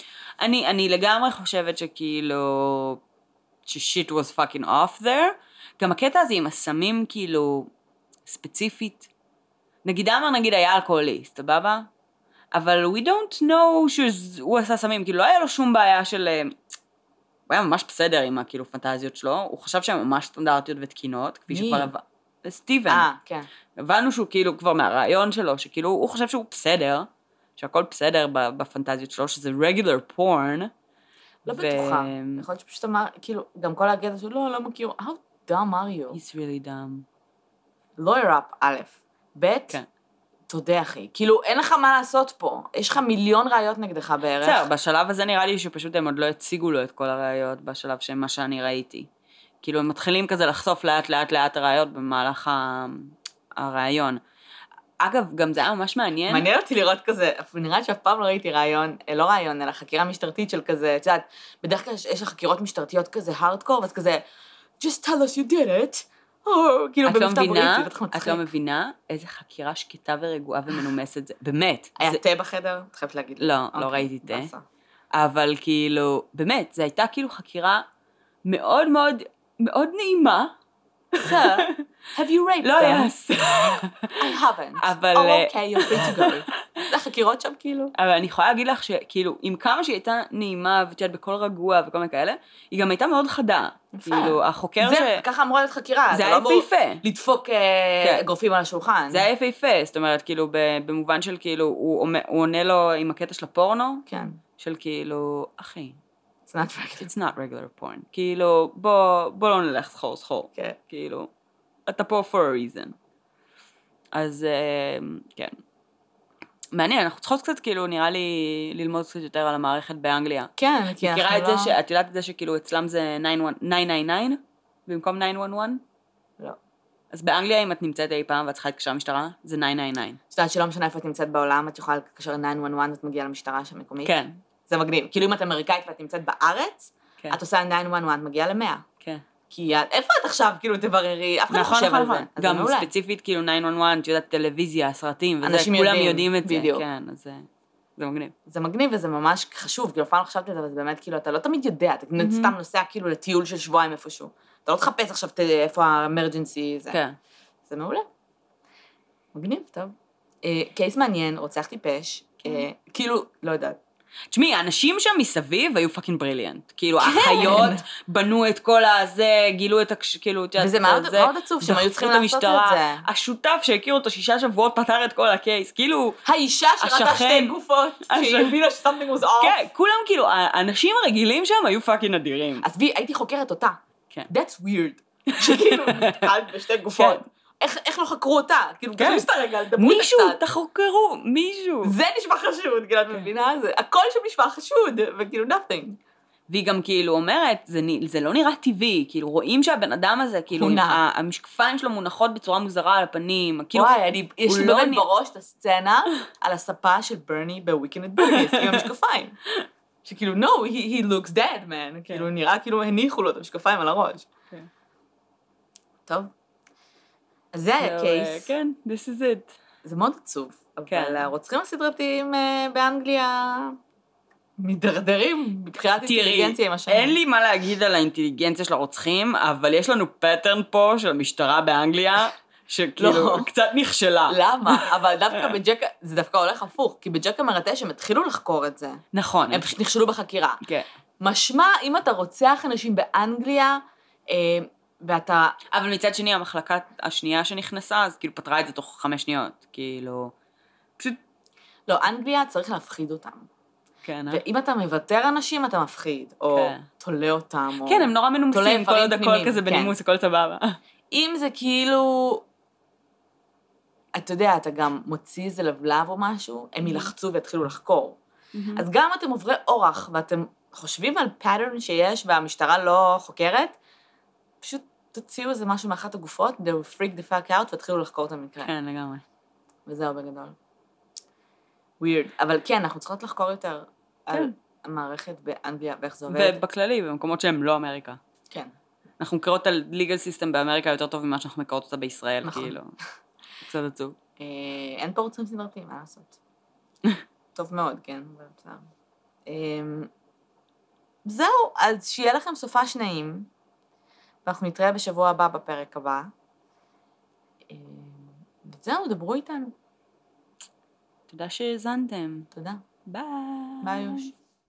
אני לגמרי חושבת שכאילו, ש-shit was fucking off there, גם הקטע הזה עם הסמים כאילו, ספציפית, נגיד היה אלכוהוליסט, סבבה? אבל we don't know שהוא עשה סמים, כאילו לא היה לו שום בעיה של, הוא היה ממש בסדר עם כאילו פנטזיות שלו, הוא חשב שהן ממש סטנדרטיות ותקינות, כפי שכבר סטיבן. כן. הבנו שהוא כאילו כבר מהרעיון שלו, שכאילו הוא חושב שהוא בסדר, שהכל בסדר בפנטזיות שלו, שזה regular porn. לא בטוחה. יכול להיות שפשוט אמר, כאילו, גם כל הקטע שלו, לא מכיר, how dumb are you? He's really dumb. lawyer up, א', ב', תודה אחי. כאילו, אין לך מה לעשות פה. יש לך מיליון ראיות נגדך בערך. בסדר, בשלב הזה נראה לי שפשוט הם עוד לא הציגו לו את כל הראיות, בשלב מה שאני ראיתי. כאילו, הם מתחילים כזה לחשוף לאט הראיות במהלך הרעיון. אגב, גם זה היה ממש מעניין. מעניין אותי לראות כזה, נראה שאף פעם לא ראיתי רעיון, לא רעיון, אלא חקירה משטרתית של כזה, את יודעת, בדרך כלל יש חקירות משטרתיות כזה הארדקור, ואז כזה, just tell us you did it. כאילו במבטא בריטי, בטח מצחיק. את לא מבינה איזה חקירה שקטה ורגועה ומנומסת זה, באמת. היה תה בחדר? את חייבת להגיד. לא ראיתי תה. אבל כאילו, באמת, זה הייתה כאילו חקירה מאוד מאוד מאוד נעימה. Sir, have you raped them? לא, yes. I haven't. אבל... Oh, okay, you're free to go. זה החקירות שם כאילו. אבל אני יכולה להגיד לך שכאילו, עם כמה שהיא הייתה נעימה, ותיאת בכל רגוע וכל מיני כאלה, היא גם הייתה מאוד חדה. כאילו, החוקר זה ככה אמורה להיות חקירה. זה היה יפהפה. לדפוק אגרופים על השולחן. זה היה יפהפה, זאת אומרת, כאילו, במובן של כאילו, הוא עונה לו עם הקטע של הפורנו. כן. של כאילו, אחי. It's not regular porn. כאילו, בוא לא נלך סחור. כן. כאילו, אתה פה for a reason. אז, כן. מעניין, אנחנו צריכות קצת, כאילו, נראה לי ללמוד קצת יותר על המערכת באנגליה. כן, כי אנחנו לא... מכירה את זה, את יודעת את זה שכאילו אצלם זה 999 במקום 911? לא. אז באנגליה, אם את נמצאת אי פעם ואת צריכה להתקשר למשטרה, זה 999. זאת אומרת שלא משנה איפה את נמצאת בעולם, את יכולה להתקשר 911, את מגיעה למשטרה שם מקומית? כן. זה מגניב. כאילו אם את אמריקאית ואת נמצאת בארץ, כן. את עושה 911, את מגיעה ל-100. כן. כי איפה את עכשיו כאילו תבררי, אף אחד לא חושב על זה. גם ספציפית כאילו 911, את יודעת טלוויזיה, סרטים וזה, כולם יודעים את זה. בדיוק. כן, אז זה מגניב. זה מגניב וזה ממש חשוב, כאילו פעם חשבתי את זה, אבל זה באמת כאילו, אתה לא תמיד יודע, אתה סתם נוסע כאילו לטיול של שבועיים איפשהו. אתה לא תחפש עכשיו איפה האמרג'נסי זה. כן. זה מעולה. מגניב, טוב. קייס מעניין, רוצח טיפש, כאילו, לא יודעת. תשמעי, האנשים שם מסביב היו פאקינג בריליאנט. כאילו, האחיות בנו את כל הזה, גילו את כאילו, וזה מאוד עצוב שהם היו צריכים לעשות את זה. השותף שהכיר אותו 6 שבועות פתר את כל הקייס, כאילו... האישה שראתה 2 גופות, שהיא הבינה ש-something was off. כן, כולם כאילו, האנשים הרגילים שם היו פאקינג אדירים. אז הייתי חוקרת אותה. כן. That's weird. שכאילו, נתקלת ב2 גופות. איך לא חקרו אותה? כאילו, תכניס את הרגע, דברו את מישהו, קצת. תחקרו, מישהו. זה נשמע חשוד, כאילו, את מבינה? הכל שם נשמע חשוד, וכאילו, nothing. והיא גם כאילו אומרת, זה לא נראה טבעי, כאילו, רואים שהבן אדם הזה, כאילו, המשקפיים שלו מונחות בצורה מוזרה על הפנים, כאילו, וואי, יש לי באמת בראש את הסצנה על הספה של ברני בוויקנד את ברניס, עם המשקפיים. שכאילו, no, he looks dead, man. כאילו, נראה כאילו הניחו לו את המשקפיים על הראש. טוב. אז זה היה קייס. כן, this is it. זה מאוד עצוב. אבל הרוצחים הסדרתיים באנגליה, מדרדרים מבחינת אינטליגנציה עם השנים. אין לי מה להגיד על האינטליגנציה של הרוצחים, אבל יש לנו פטרן פה של המשטרה באנגליה, שכאילו קצת נכשלה. למה? אבל דווקא בג'ק, זה דווקא הולך הפוך, כי בג'ק המרטש הם התחילו לחקור את זה. נכון. הם פשוט נכשלו בחקירה. כן. משמע, אם אתה רוצח אנשים באנגליה, ואתה... אבל מצד שני, המחלקה השנייה שנכנסה, אז כאילו פתרה את זה תוך 5 שניות. כאילו, פשוט... לא, אנגליה צריך להפחיד אותם. כן, ואם אתה מוותר אנשים, אתה מפחיד, או תולה אותם, או... כן, הם נורא מנומסים, כל עוד הכל כזה בנימוס, הכל סבבה. אם זה כאילו... אתה יודע, אתה גם מוציא איזה לבלב או משהו, הם ילחצו ויתחילו לחקור. אז גם אתם עוברי אורח, ואתם חושבים על פאטרן שיש, והמשטרה לא חוקרת, פשוט תוציאו איזה משהו מאחת הגופות, they will freak the fuck out, והתחילו לחקור את המקרה. כן, לגמרי. וזהו בגדול. weird. אבל כן, אנחנו צריכות לחקור יותר על המערכת באנגליה, ואיך זה עובד. ובכללי, במקומות שהם לא אמריקה. כן. אנחנו מכירות על legal system באמריקה יותר טוב ממה שאנחנו מכירות אותה בישראל, נכון. כאילו. קצת עצוב. אין פה רוצחים סדרתיים, מה לעשות? טוב מאוד, כן. זהו, אז שיהיה לכם סופה שניים, ואנחנו נתראה בשבוע הבא בפרק הבא. וזהו, דברו איתנו. תודה שהזנתם. תודה. ביי. ביי יוש.